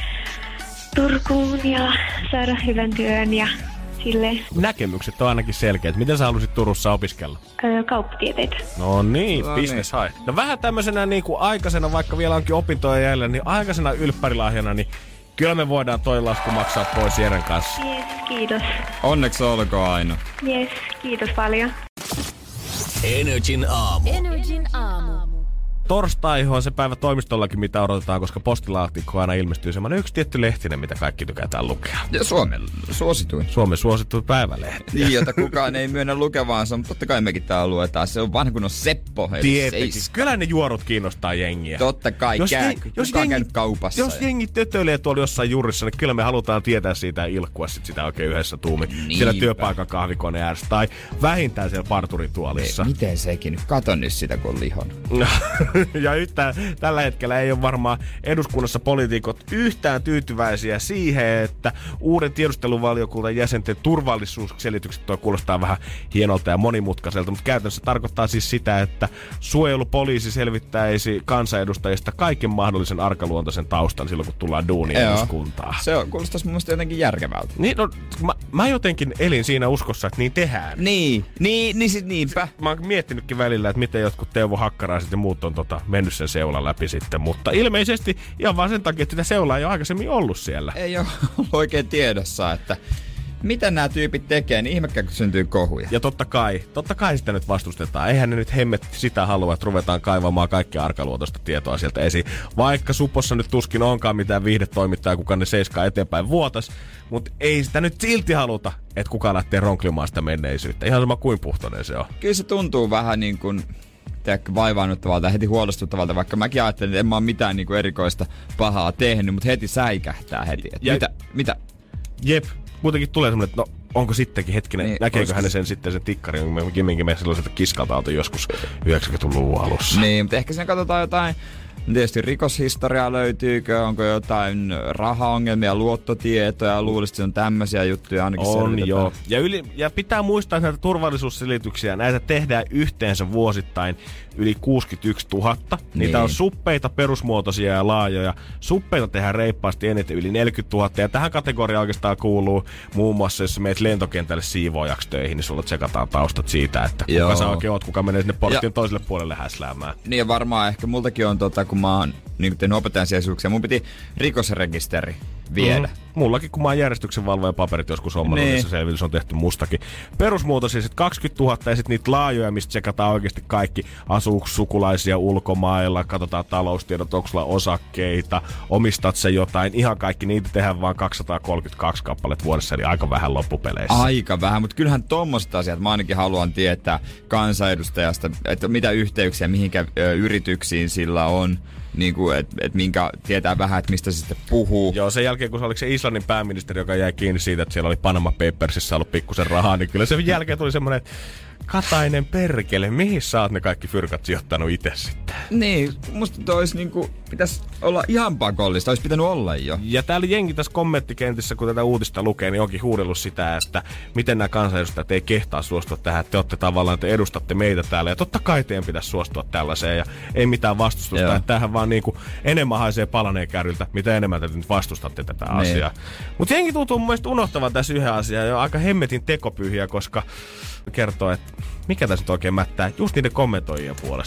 Turkuun ja saada hyvän työn ja silleen Näkemykset on ainakin selkeät. Miten sä halusit Turussa opiskella? öö, kauppatieteitä. No niin, No business high. No vähän tämmöisenä niin kuin aikaisena, vaikka vielä onkin opintoja jäljellä, niin aikaisena ylppärilahjana, niin kyllä me voidaan toi lasku maksaa pois Jeren kanssa. Yes, kiitos. Onneksi olkoon Aino. Yes, kiitos paljon. Energin aamu. Energin aamu. Torstai on se päivä toimistollakin, mitä odotetaan, koska postilaatikko aina ilmestyy semmoinen yksi tietty lehtinen, mitä kaikki tykätään lukea. Ja Suomen suosituin. Suomen suosittu päivälehti. Niin, jota kukaan ei myönnä lukevaansa, mutta totta kai mekin täällä luetaan. Se on vanha kun on Seppo. eli Tietenkin. seis. Kyllä ne juorut kiinnostaa jengiä. Totta kai, Jos kää, je- jos kukaan jengi- käynyt kaupassa. Jos ja- jengi tötöilee tuolla jossain jurissa, niin kyllä me halutaan tietää siitä ja ilkkua sit sitä oikein yhdessä tuumin. Niinpä. Siellä työpaikan kahvikone ääressä tai vähintään siellä parturituolissa. Ei, miten sekin nyt? Kato nyt sitä, kun on lihon. Ja yhtään, tällä hetkellä ei ole varmaan eduskunnassa poliitikot yhtään tyytyväisiä siihen, että uuden tiedusteluvaliokunnan jäsenten turvallisuusselitykset toi kuulostaa vähän hienolta ja monimutkaiselta, mutta käytännössä tarkoittaa siis sitä, että suojelupoliisi selvittäisi kansanedustajista kaiken mahdollisen arkaluontoisen taustan silloin, kun tullaan duuniin Joo. eduskuntaan. Se on, kuulostaisi mun mielestä jotenkin järkevältä. Niin, no, mä, mä jotenkin elin siinä uskossa, että niin tehdään. Niin, niin, niin sit niinpä. Mä oon miettinytkin välillä, että miten jotkut Teuvo Hakkaraiset ja muut on tota, mennyt sen seulan läpi sitten, mutta ilmeisesti ihan vaan sen takia, että sitä seulaa ei ole aikaisemmin ollut siellä. Ei ole oikein tiedossa, että mitä nämä tyypit tekee, niin ihmekään kun syntyy kohuja. Ja totta kai, totta kai sitä nyt vastustetaan. Eihän ne nyt hemmetti sitä halua, että ruvetaan kaivamaan kaikkea arkaluontoista tietoa sieltä esiin. Vaikka Supossa nyt tuskin onkaan mitään viihdetoimittajaa, kuka ne seiskaa eteenpäin vuotas, mutta ei sitä nyt silti haluta, että kukaan lähtee ronklimaan sitä menneisyyttä. Ihan sama kuin puhtoinen se on. Kyllä se tuntuu vähän niin kuin tiedätkö, vaivaannuttavalta ja heti huolestuttavalta, vaikka mäkin ajattelin, että en mä ole mitään niin kuin erikoista pahaa tehnyt, mutta heti säikähtää heti. Että Ja- mitä, mitä? Jep, kuitenkin tulee semmoinen, että no onko sittenkin hetkinen, Niin, niin, näkeekö olisiko hän se- sen sitten sen tikkarin, kun me kimminkin me sellaiselta kiskalta oltu joskus yhdeksänkymmentäluvun alussa. Niin, mutta ehkä siinä katsotaan jotain, tietysti rikoshistoriaa löytyykö, onko jotain rahaongelmia, luottotietoja, luulisin, että se on tämmöisiä juttuja ainakin On selvitetään. joo. Ja, yli, ja pitää muistaa, että näitä turvallisuusselityksiä, näitä tehdään yhteensä vuosittain yli kuusikymmentäyksituhatta. Niitä Niin. on suppeita, perusmuotoisia ja laajoja. Suppeita tehdään reippaasti eniten yli neljäkymmentätuhatta. Ja tähän kategoriaan oikeastaan kuuluu muun muassa, jos meet lentokentälle siivoojaksi töihin, niin sulla tsekataan taustat siitä, että kuka Joo. sä oikein oot, kuka menee sinne porttien Ja- toiselle puolelle häsläämään. Niin ja varmaan ehkä multakin on, tota, kun mä oon niin tehnyt opettajan sijaisuuksia, mun piti rikosrekisteri viedä. Mhm. mullakin, kun mä oon järjestyksenvalvojan paperit joskus hommannut, niin se selvitys on tehty mustakin. Perusmuutos siis, että kaksikymmentätuhatta ja sitten niitä laajoja, mistä tsekataan oikeasti kaikki. Asuuks sukulaisia ulkomailla, katsotaan taloustiedot, onko sulla osakkeita, omistat se jotain. Ihan kaikki, niitä tehdään vaan kaksisataakolmekymmentäkaksi kappaletta vuodessa, eli aika vähän loppupeleissä. Aika vähän, mutta kyllähän tommoset asiat, mä ainakin haluan tietää kansanedustajasta, että mitä yhteyksiä, mihinkä ö, yrityksiin sillä on. Niin kuin, että et minkä tietää vähän, että mistä se sitten puhuu. Joo, sen jälkeen kun se oliko se Islannin pääministeri, joka jäi kiinni siitä, että siellä oli Panama Papersissa ollut pikkusen rahaa, niin kyllä sen jälkeen tuli semmoinen, että Katainen perkele, mihin sä oot ne kaikki fyrkat sijoittanut itse sitten? Niin, musta toi olisi niinku, pitäisi olla ihan pakollista, olisi pitänyt olla jo. Ja täällä jengi tässä kommenttikentissä, kun tätä uutista lukee, niin onkin huudellut sitä, että miten nämä kansanedustajat ei kehtaa suostua tähän, että te olette tavallaan, te edustatte meitä täällä, ja totta kai teidän pitäisi suostua tällaiseen, ja ei mitään vastustusta, Joo. että tämähän vaan niinku enemmän haisee palaneen kärryltä, mitä enemmän te nyt vastustatte tätä niin. asiaa. Mutta jengi tuntuu mun mielestä unohtavan tässä yhden asian, ja on aika hemmetin tekopyhiä, koska kertoo, että mikä tässä nyt oikein mättää just niiden kommentoijien puolesta.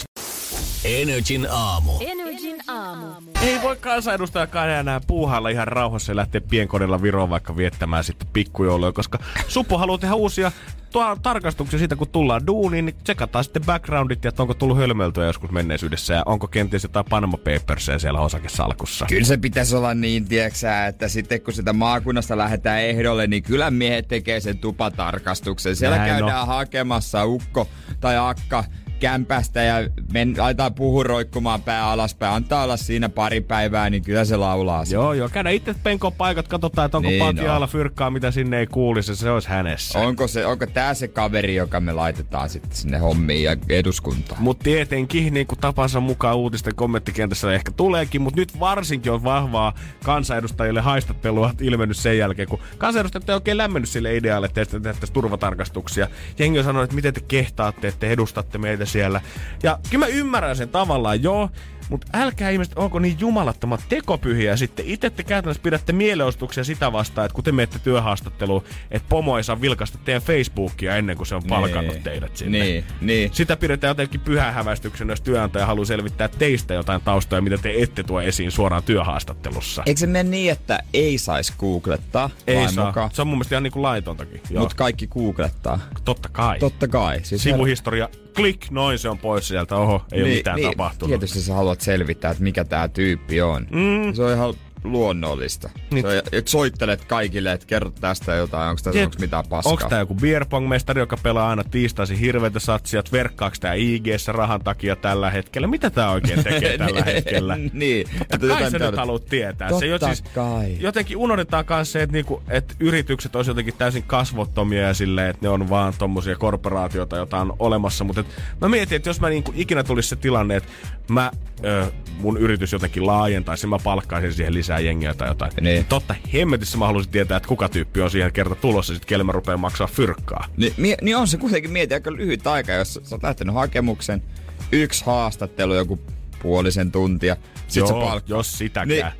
Energin aamu. Energin aamu. Ei voi kansanedustajakaan enää puuhailla ihan rauhassa ja lähteä pienkodilla Viroon vaikka viettämään sitten pikkujouluja, koska Supo haluaa tehdä uusia tuo tarkastuksia siitä, kun tullaan duuniin, niin tsekataan sitten backgroundit ja että onko tullut hölmöiltyä joskus menneisyydessä ja onko kenties jotain Panama Papersia siellä osakesalkussa. Kyllä se pitäisi olla niin, tieksää, että sitten kun sitä maakunnasta lähdetään ehdolle, niin kyllä miehet tekee sen tupatarkastuksen. Siellä Näin käydään no. hakemassa ukko tai akka kämpästä ja men, laitetaan puhun roikkumaan pää alaspäin, antaa olla siinä pari päivää, niin kyllä se laulaa. Joo, joo, käydä itse penkoon paikat, katsotaan, että onko niin patjaalla no. fyrkkaa, mitä sinne ei kuulisi, se olisi hänessä. Onko, se, onko tää se kaveri, joka me laitetaan sitten sinne hommiin ja eduskuntaan? Mut tietenkin, niin kuin tapansa mukaan uutisten kommenttikentässä ehkä tuleekin, mutta nyt varsinkin on vahvaa kansanedustajille haistattelua ilmennyt sen jälkeen, kun kansanedustajat ei oikein lämmennyt sille idealle, että te tehtäisiin turvatarkastuksia. Jengi on sanonut, että miten te kehtaatte, että te edustatte meitä siellä. Ja kyllä mä ymmärrän sen tavallaan, joo, mutta älkää ihmiset, onko niin jumalattomat tekopyhiä sitten. Itse te käytännössä pidätte mielenostuksia sitä vastaan, että kun te menette työhaastatteluun, että pomo ei saa vilkaista teidän Facebookia ennen kuin se on palkannut niin, teidät sinne. Niin, niin. Sitä pidetään jotenkin pyhähävästyksenä, jos työnantaja haluaa selvittää teistä jotain taustoja, mitä te ette tuo esiin suoraan työhaastattelussa. Eikö se mene niin, että ei saisi googlettaa? Ei saa. Mukaan? Se on mun mielestä ihan niin kuin laitontakin. Mutta kaikki googlettaa. Totta kai. Totta kai. Siis sivuhistoria, klik, noin se on pois sieltä. Oho, ei niin, ole mitään niin, tapahtunut. Tietysti sä haluat selvittää, että mikä tää tyyppi on. Mm. Se on ihan luonnollista. Niin. Se on, että soittelet kaikille, että kerrot tästä jotain, onko tässä onko mitään paskaa. Onko tää joku beerpong-mestari, joka pelaa aina tiistaisin hirveitä satsia, että verkkaaks tää I G:ssä rahan takia tällä hetkellä? Mitä tää oikein tekee tällä hetkellä? Niin. Totta kai sä nyt haluat tietää. Totta se jo, siis, kai. Jotenkin unohdetaan myös se, että, niinku, että yritykset olisi jotenkin täysin kasvottomia ja silleen, että ne on vaan tommosia korporaatioita, joita on olemassa. Mutta mä mietin, että jos mä niinku ikinä tulisi se tilanne, että mä, ö, mun yritys jotenkin laajentaisin, mä palkkaisin siihen lisää jengiä tai jotain. Niin. Totta hemmetissä mä haluaisin tietää, että kuka tyyppi on siihen kerta tulossa, sit kelle mä rupean maksaa fyrkkaa. Ni, mie, niin on se kuitenkin mieti aika lyhyt aika, jos sä oot lähtenyt hakemuksen, yksi haastattelu, joku puolisen tuntia, sit Joo, sä palkkaa. jos sitäkään. Niin,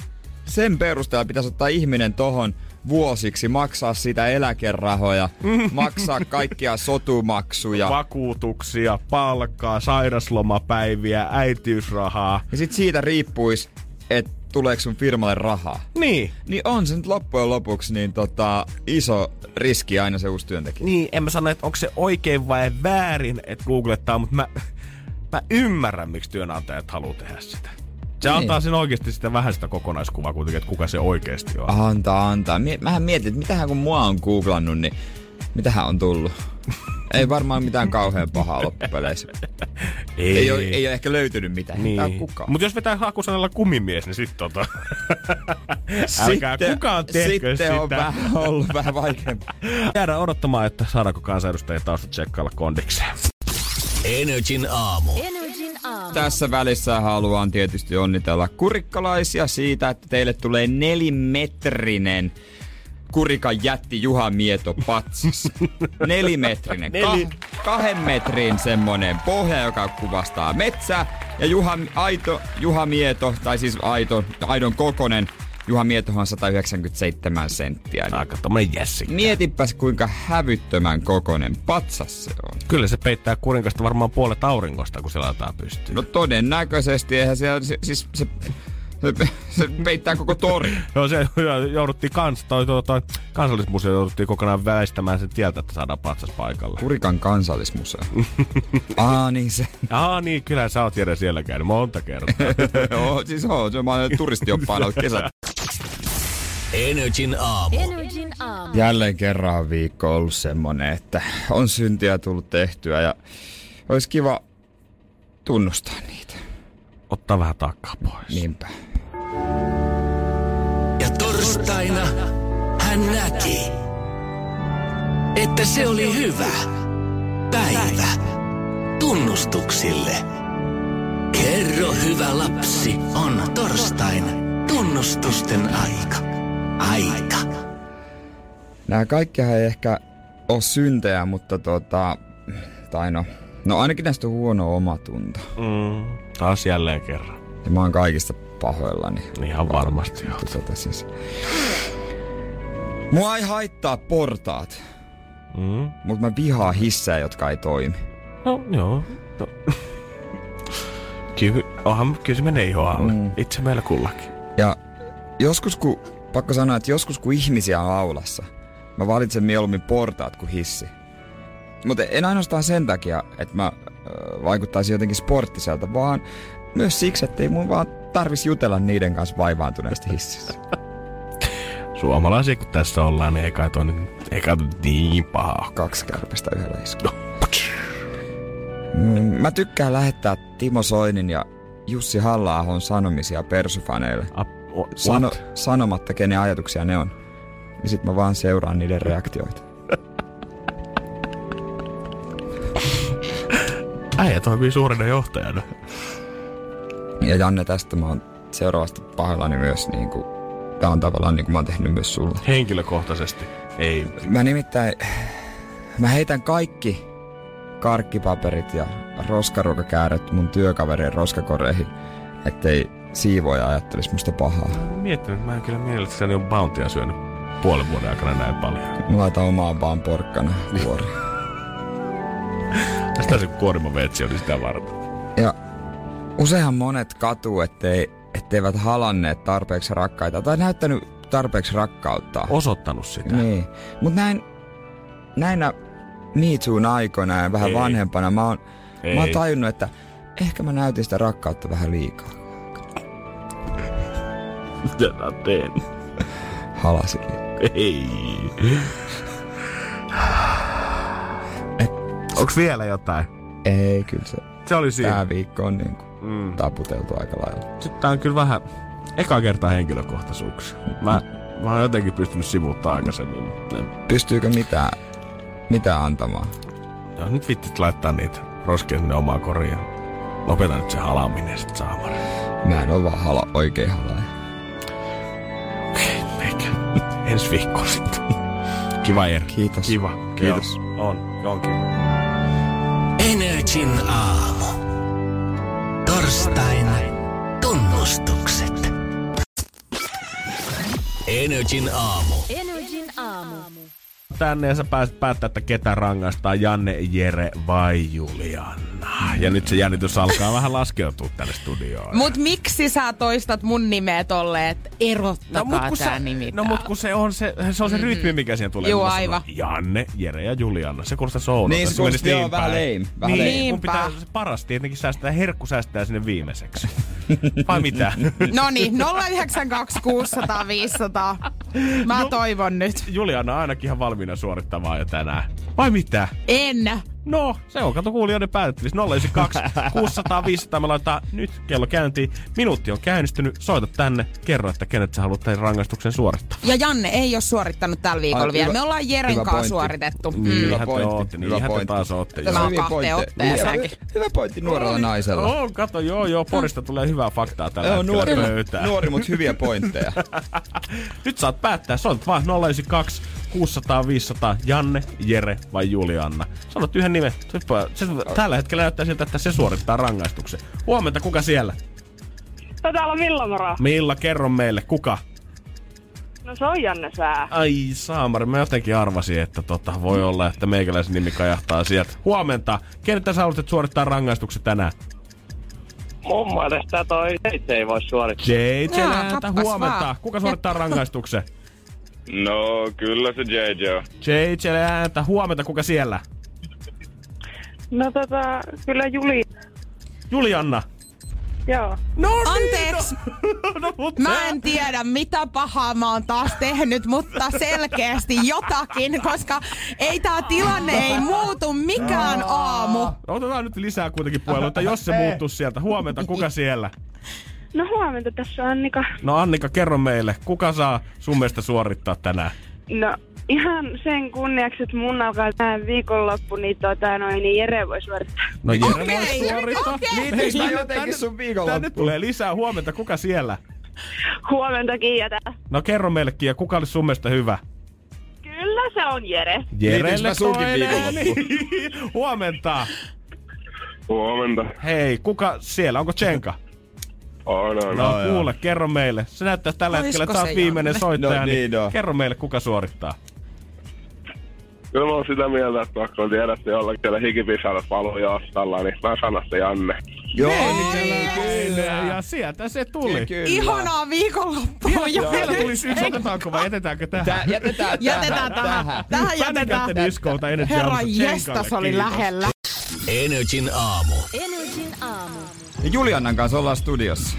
sen perusteella pitäisi ottaa ihminen tohon vuosiksi, maksaa sitä eläkerahoja, maksaa kaikkia sotumaksuja. Vakuutuksia, palkkaa, sairaslomapäiviä, äitiysrahaa. Ja sit siitä riippuisi, että tuleeko sun firmalle rahaa. Niin. Niin on se nyt loppujen lopuksi niin tota, iso riski aina se uusi työntekijä. Niin, en mä sano, että onko se oikein vai väärin, että googlettaa, mutta mä, mä ymmärrän, miksi työnantajat haluaa tehdä sitä. Se niin. Antaa sen oikeasti sitä vähän sitä kokonaiskuvaa kuitenkin, että kuka se oikeasti on. Antaa, antaa. Mähän mietin, että mitähän kun mua on googlannut, niin mitähän on tullut? Ei varmaan mitään kauhean pahaa loppupeleissä. Ei. Ei, ole, ei ole ehkä löytynyt mitään. Niin. Mutta jos vetää hakusanalla kumimies, niin sit tota... Älkää kukaan tehkö sitä. Sitten on vähän ollut vähän vaikeampaa. Jäädään odottamaan, että saadaanko kansanedustajien taustat tsekkailla kondikseen. Energin aamu. Energin aamu. Tässä välissä haluan tietysti onnitella kurikkalaisia siitä, että teille tulee nelimetrinen Kurikan jätti Juha Mieto patsas. Nelimetrinen. Neli. Ka- kahden metrin semmonen pohja, joka kuvastaa metsää. Ja Juha, aito Juha Mieto, tai siis aito, aidon kokonen. Juha Mietohan on sata yhdeksänkymmentäseitsemän senttiä. Aika tommonen jässikkä. Mietipäs kuinka hävyttömän kokonen patsas se on. Kyllä se peittää kurinkasta varmaan puolet auringosta, kun se laitetaan pystyyn. No todennäköisesti. Eihän se, siis se Se, se peittää koko tori. Joo, se jouduttiin kans, toi, toi, toi kansallismuseo jouduttiin kokonaan väistämään sen tieltä, että saadaan patsas paikalle. Kurikan kansallismuseo. Aa, niin se. Aa, niin, kyllä sä oot Jere siellä käynyt monta kertaa. Joo, siis on. Se on, mä olen turistioppaan ollut kesät. Energin aamu. Energin aamu. Jälleen kerran viikko ollut semmonen, että on syntiä tullut tehtyä ja olisi kiva tunnustaa niitä. Ottaa vähän takaa pois. Niinpä. Ja torstaina hän näki, että se oli hyvä päivä tunnustuksille. Kerro hyvä lapsi, on torstaina tunnustusten aika. Aika. Nämä kaikkihan ei ehkä ole syntejä, mutta tota, tai no, no ainakin näistä on huono omatunto. Mm, taas jälleen kerran. Ja mä oon kaikista pahoillani. Ihan varmasti joo. Tota siis. Mua ei haittaa portaat, Mm. mutta mä vihaan hissejä, jotka ei toimi. No joo. No. Kyllä, onhan, kyllä se menee ihan alle. Mm. Itse meillä kullakin. Ja joskus kun, pakko sanoa, että joskus kun ihmisiä on aulassa, mä valitsen mieluummin portaat kuin hissi. Mutta en ainoastaan sen takia, että mä äh, vaikuttaisin jotenkin sporttiselta, vaan myös siksi, että ei mun vaan tarvis jutella niiden kanssa vaivaantuneesti hississä. Suomalaisia kun tässä ollaan, niin ei kai toi nyt, ei kai toi niin paha. Kaksi kärpästä yhdellä iskulla. Mm, mä tykkään lähettää Timo Soinin ja Jussi Halla-ahon sanomisia persufaneille. A, o, Sano, sanomatta, kenen ajatuksia ne on. Ja sit mä vaan seuraan niiden reaktioita. Äijä toimii suurena johtajana. Ja Janne, tästä mä oon seuraavasti pahoillani myös niinku, tää on tavallaan niinku mä oon tehnyt myös sulle. Henkilökohtaisesti. Ei. Mä nimittäin, mä heitän kaikki karkkipaperit ja roskaruokakääröt mun työkaverien roskakoreihin, ettei siivoja ajattelisi musta pahaa. Miettinyt, että mä en kyllä mielestäni on Bountya syönyt puolen vuoden aikana näin paljon. Mä laitan omaan vaan porkkana kuori. Tästä se kuorimaveitsi oli sitä varten. Ja useinhan monet katuu, ettei, etteivät halanneet tarpeeksi rakkaita tai näyttänyt tarpeeksi rakkautta. Osoittanut sitä. Niin. Mut näin, näinä Me Toon aikoina ja vähän Ei. vanhempana mä oon, Ei. mä oon tajunnut, että ehkä mä näytin sitä rakkautta vähän liikaa. Mitä mä teen? Halasin. Ei. Onks vielä jotain? Ei, kyllä se. Se oli siinä. Tää viikko on niinku Mm. taputeltu aika lailla. Sitten tää on kyllä vähän eka kertaa henkilökohtaisuuksia. Mä, mä oon jotenkin pystynyt sivuuttamaan aikaisemmin. Pystyykö mitään, mitään antamaan? Joo, nyt vittit laittaa niitä roskia sinne omaan koriin. Lopeta nyt se halaaminen sit saamari. Mä en oo vaan hala, oikein halaaja. Okei, eikä. Ensi viikkoon sitten. Kiva Jere. Kiitos. Kiva. Kiitos. Joo, on, on kiva. Energin aamu. Torstaina tunnustukset. Energin aamu. Energin aamu. Tänne ja sä pääset päättää, että ketä rangaistaan, Janne, Jere vai Julianna. Ja nyt se jännitys alkaa vähän laskeutua tänne studioon. Mut miksi sä toistat mun nimeä tolleen, että erottakaa no, tää se, nimi No mut kun se on se, se, on se mm-hmm. rytmi, mikä siihen tulee. Joo, aivan. Janne, Jere ja Julianna. Se kuulostaa sounolta. Niin, se kuulostaa joo, vähän lame. Vähän niin, lame. mun pitää se paras tietenkin säästää, herkku säästää sinne viimeiseksi. Vai mitä? Noniin, nolla yhdeksän kaksi kuusi nolla nolla viisi nolla nolla. Mä Ju- toivon nyt. Julianna on ainakin ihan valmiina suorittamaan jo tänään. Vai mitä? En. No, se on, kato kuulijoiden päätettävissä. nolla yhdeksän kaksi kuusi nolla nolla viisi nolla nolla. Me laitetaan nyt kello käyntiin. Minuutti on käynnistynyt. Soita tänne. Kerro, että kenet sä haluat tämän rangaistuksen suorittaa. Ja Janne ei ole suorittanut tällä viikolla Ai, vielä. hyvä- Me ollaan Jeren hyvä kanssa pointti. suoritettu. Mm. Mm. Hyvä Niinhän te pointti, ootte, hyvä niinhän te pointti. taas ootte. Tämä joo. on Hyviä kahteen pointteja. otteeseenkin. Hyvä, hyvä pointti nuorella naisella. Oo, kato, joo, joo, Porista tulee hyvää faktaa tällä Joo, hetkellä nuori, pöytään. nuori, mut hyviä pointteja. Nyt saat päättää, soitat vaan nolla yhdeksän kaksi kuusi nolla nolla viisi nolla nolla. Janne, Jere vai Julianna. Sanot yhden nimen. Se, tällä hetkellä näyttää siltä, että se suorittaa rangaistuksen. Huomenta, kuka siellä? No täällä on Milla moro. Milla, kerro meille, kuka? No se on Janne Sää. Ai saamari, mä jotenkin arvasin, että tota, voi olla, että meikäläisen nimi kajahtaa sieltä. Huomenta, kenet sä haluat suorittaa rangaistuksen tänään? mun mielestä toi J J ei voi suorittaa. J J Jaa, lääntä kappas huomenta. vaan. Kuka suorittaa rangaistuksen? No, kyllä se J J on. J J lääntä huomenta. Kuka siellä? No tota, kyllä Juli. Julianna. Joo. No Anteeksi. No, mut Mä sä- en tiedä, mitä pahaa mä oon taas tehnyt, mutta selkeästi jotakin, koska ei tää tilanne ei muutu mikään aamu. Otetaan nyt lisää kuitenkin puheluita, jos se muuttuu sieltä. Huomenta, kuka siellä? No huomenta, tässä on Annika. No Annika, kerro meille, kuka saa sun mielestä suorittaa tänään? No ihan sen kunniaksi, että mun alkaa tähän viikonloppu, niin tota noin, niin Jere voi suorittaa. No Jere voi Okei, suorittaa. okei. Liittyykö mä jotenkin tänne- sun viikonloppuun? Tänne tulee lisää. Huomenta, kuka siellä? Huomenta Kiia täällä. No kerro meillekin, ja kuka olisi sun mielestä hyvä? Kyllä se on Jere. Liittyykö mä sunkin toinen. viikonloppuun? Niin. Huomenta. Huomenta. Hei, kuka siellä? Onko Tsenka? On, on. No, no kuule, kerro meille. Se näyttää tällä Oisko hetkellä, että sä se oot viimeinen Janne? soittaja, No niin, niin, no. kerro meille, kuka suorittaa. Kyllä mä oon sitä mieltä, että vaikka on tiedetty jollakin siellä hikipisarat valuu jostalla, niin mä sanon se Janne. Joo, Kyllä. Ja sieltä se tuli. Kyllä. Ihanaa viikonloppua. Ja vielä tulisi yksi, otetaanko vai jätetäänkö tähän? Tää, jätetään, Jätetään tähän. Tähän jätetään. Pänikätte diskolta Energy Herra aamussa jestas Tsenkalle, oli kiitos. lähellä. Energin aamu. Energin aamu. Ja Juliannan kanssa ollaan studiossa.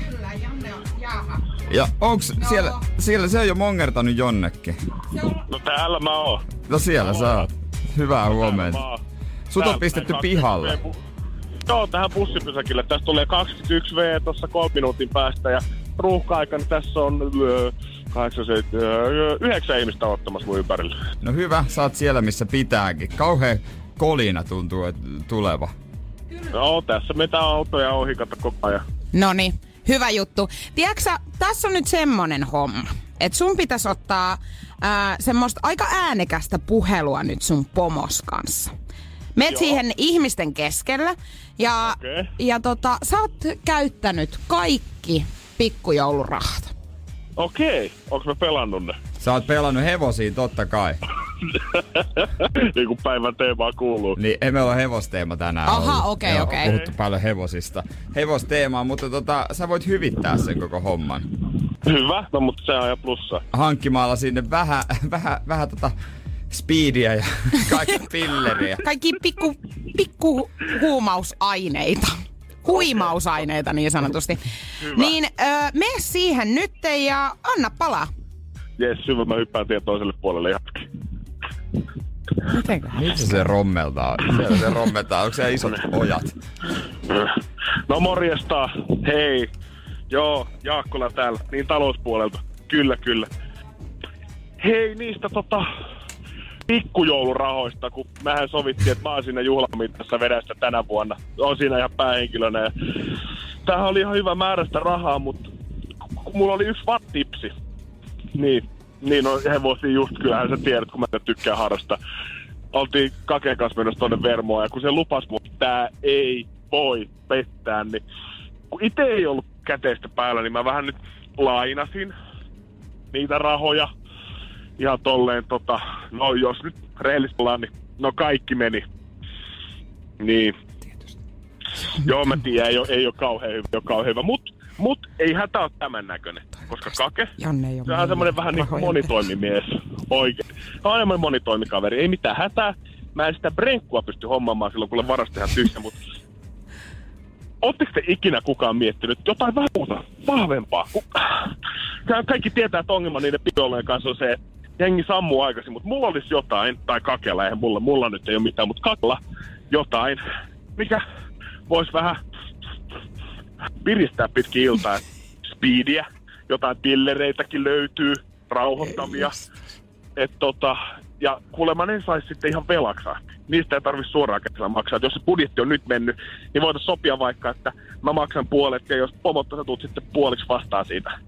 Ja onks siellä, siellä se on jo mongertanut jonnekin? No täällä mä oon. No siellä sä oot. Hyvää huomenta. Mä oon. Sut on Tää- pistetty tää pihalle. kaksikymmentä bu- Joo, tähän bussipysäkille. Tästä tulee kaksikymmentäyksi vuotta tuossa kolmen minuutin päästä ja ruuhka-aikana tässä on öö, kahdeksan, seitsemän, öö, yhdeksän ihmistä ottamassa mun ympärillä. No hyvä, sä oot siellä missä pitääkin. Kauhea kolina tuntuu että tuleva. No tässä meitä autoja ohi, kato koko ajan. Noniin, hyvä juttu. Tiedätkö sä, tässä on nyt semmonen homma, että sun pitäisi ottaa ää, semmoista aika äänekästä puhelua nyt sun pomos kanssa. Meet Joo. siihen ihmisten keskellä ja, Okei. ja tota, sä oot käyttänyt kaikki pikkujoulurahat. Okei, onks mä pelannut ne? Sä oot pelannut hevosiin totta kai. Niin kuin päivän teemaa kuuluu. Niin ei meillä ole hevosteema tänään Aha, ollut. okei, Joo, okei. Puhuttu paljon hevosista. Hevosteemaa, mutta tota, sä voit hyvittää sen koko homman. Hyvä, no mutta se on ajan plussa. Hankkimalla sinne vähän, vähän, vähän tota speedia ja kaikki pilleriä. Kaikki pikku, pikku huumausaineita. Huimausaineita niin sanotusti. Hyvä. Niin öö, mene siihen nyt ja anna palaa. Jes, hyvä, mä hyppään tien toiselle puolelle jatkin. Mitenkö? Missä se rommeltaa? Siellä se rommeltaa. Onko siellä isot ojat? No morjesta, hei. Joo, Jaakkola täällä, niin talouspuolelta. Kyllä, kyllä. Hei niistä tota pikkujoulurahoista, kun mähän sovittiin, että mä oon siinä juhlamittassa vedästä tänä vuonna. Oon siinä ihan päähenkilönä. Ja tämähän oli ihan hyvä määrästä rahaa, mutta kun mulla oli yksi vattipsi. Niin, niin no hevosia just, kyllähän sä tiedät, kun mä tykkään harrastaa. Oltiin Kaken kanssa menossa tonne Vermoon ja kun se lupas mun, tää ei voi pettää, niin kun ite ei ollut käteistä päällä, niin mä vähän nyt lainasin niitä rahoja. Ihan tolleen tota, no jos nyt rehellisesti ollaan, niin no kaikki meni. Niin. Joo, mä tiedän, ei oo, ei oo kauhean hyvä, ei oo kauhean hyvä, mut, mut ei hätä oo tämän näköinen, koska Kake, Janne ei ole se on semmonen vähän niin kuin monitoimimies, oikein. Se on enemmän monitoimikaveri, ei mitään hätää. Mä en sitä brenkkua pysty hommaamaan silloin, kun varasti ihan tyhjä, mutta ootteko te ikinä kukaan miettinyt jotain vähän muuta, vahvempaa? Kun kaikki tietää, että ongelma niiden pidolleen kanssa on se, että jengi sammuu aikaisin, mutta mulla olisi jotain, tai Kakella, eihän mulla, mulla nyt ei ole mitään, mutta Kakella jotain, mikä voisi vähän piristää pitkin iltaa. Speediä, jotain pillereitäkin löytyy, rauhoittavia. Et tota, ja kuulemma ne sais sitten ihan velaksi asti. Niistä ei tarvitse suoraan käsillä maksaa. Et jos se budjetti on nyt mennyt, niin voitaisiin sopia vaikka, että mä maksan puolet, ja jos pomotta sä tuut sitten puoliksi vastaan siitä.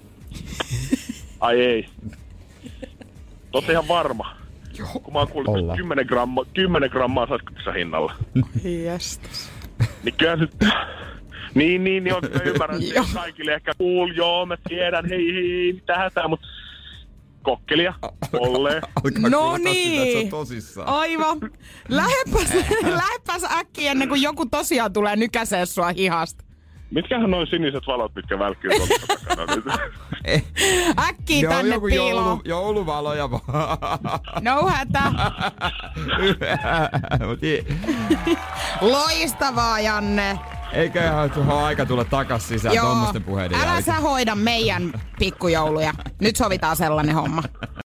Ai ei. Totta ihan varma. Joo, kun mä oon kuullut, että kymmenen grammaa, kymmenen grammaa saisi tässä hinnalla. Jestas. Niin kyllä se... Niin, niin, niin on, mä ymmärrän, että kaikille ehkä cool, joo, mä tiedän, hei, hei, mitä hätää, mutta kokkelia, olleen. No niin. Se on tosissaan. Aivan. Lähepäs, lähepäs äkkiä ennen kuin joku tosiaan tulee nykäsee sua hihasta. Mitkähän noin siniset valot, mitkä välkkyy tuolta takana nyt? Äkkiä tänne joku piiloon. Joulu, jouluvaloja vaan. No hätä. Loistavaa, Janne. Eiköhän tuohon aika tulla takas sisään tommosten puheiden älä jälkeen. sä hoida meidän pikkujouluja. Nyt sovitaan sellainen homma.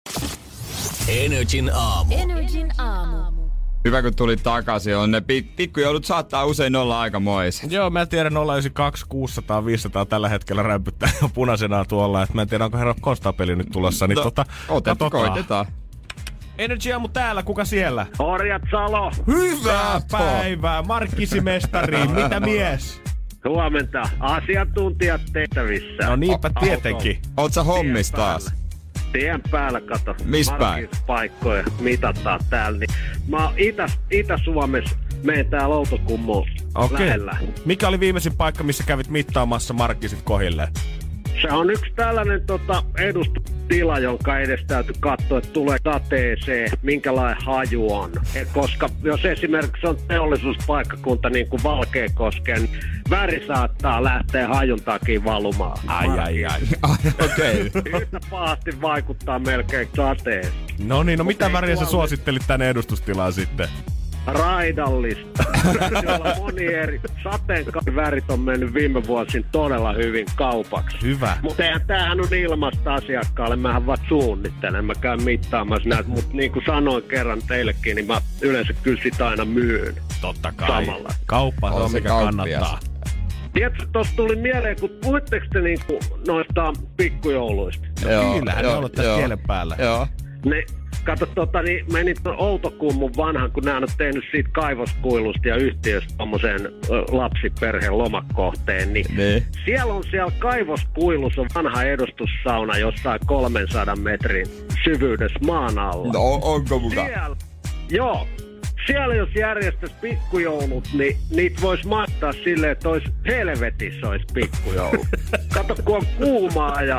Energin aamu. Energin aamu. Hyvä, kun tuli takaisin. On ne pik- pikkujoulut saattaa usein olla aikamoiset. Joo, mä tiedän nolla yhdeksän kaksi kuusisataa viisisataa tällä hetkellä rämpyttää jo punaisena tuolla. Et mä en tiedä, onko herra Konstapeli nyt tulossa. Niin no, tota, otetaan, koitetaan. Energy aamu täällä, kuka siellä? Orjat Salo. Hyvää päivää, Markkisimestari, mitä mies? Huomenta. Asiantuntijat tehtävissä. No niinpä tietenkin. Oot sä hommis taas? Tien päällä, kato. Miss päin? Paikkoja mitataan täällä. Niin. Mä oon Itä, Itä-Suomessa, menen täällä Outokummuun lähellä. Mikä oli viimeisin paikka, missä kävit mittaamassa Markkisit kohille? Se on yksi tällainen tota, edustustila, jonka edes täytyy katsoa, että tulee sateeseen, minkälainen haju on. Et koska jos esimerkiksi on teollisuuspaikkakunta niin kuin Valkeakosken, niin väri saattaa lähteä hajun takia valumaan. Ai ai ai. Okei. Okay. Yhtä pahasti vaikuttaa melkein sateeseen. No niin, no mitä väriä sä suosittelit tänne edustustilaan sitten? Raidallista. Siellä on moni eri sateenkaarivärit on mennyt viime vuosin todella hyvin kaupaksi. Hyvä. Mutta eihän tämähän on ilmasta asiakkaalle. Mähän vaan suunnittelen. Mä käyn mittaamassa näitä. Mutta niin kuin sanoin kerran teillekin, niin mä yleensä kyllä sitä aina myyn. Totta kai. Samalla. Kauppa on, On se mikä kauppias. kannattaa. Tiedätkö, tossa tuli mieleen, kun puhuitteko te niinku noista pikkujouluista? No kyllähän ne on ollut tässä kielen päällä. Joo. Ne, kato, tota, niin menin tuon Outokummun vanhan, kun nämä on tehnyt siitä kaivoskuilusta ja yhtiöstä tommoseen lapsiperheen lomakohteen, niin Ne. siellä on siellä kaivoskuilussa on vanha edustussauna jossain kolmensadan metrin syvyydessä maan alla. No onko muka? Siellä, joo. Siellä jos järjestäisi pikkujoulut, niin niitä voisi maittaa silleen, että olisi helvetissä olisi pikkujoulu. Kato, kun on kuumaa ja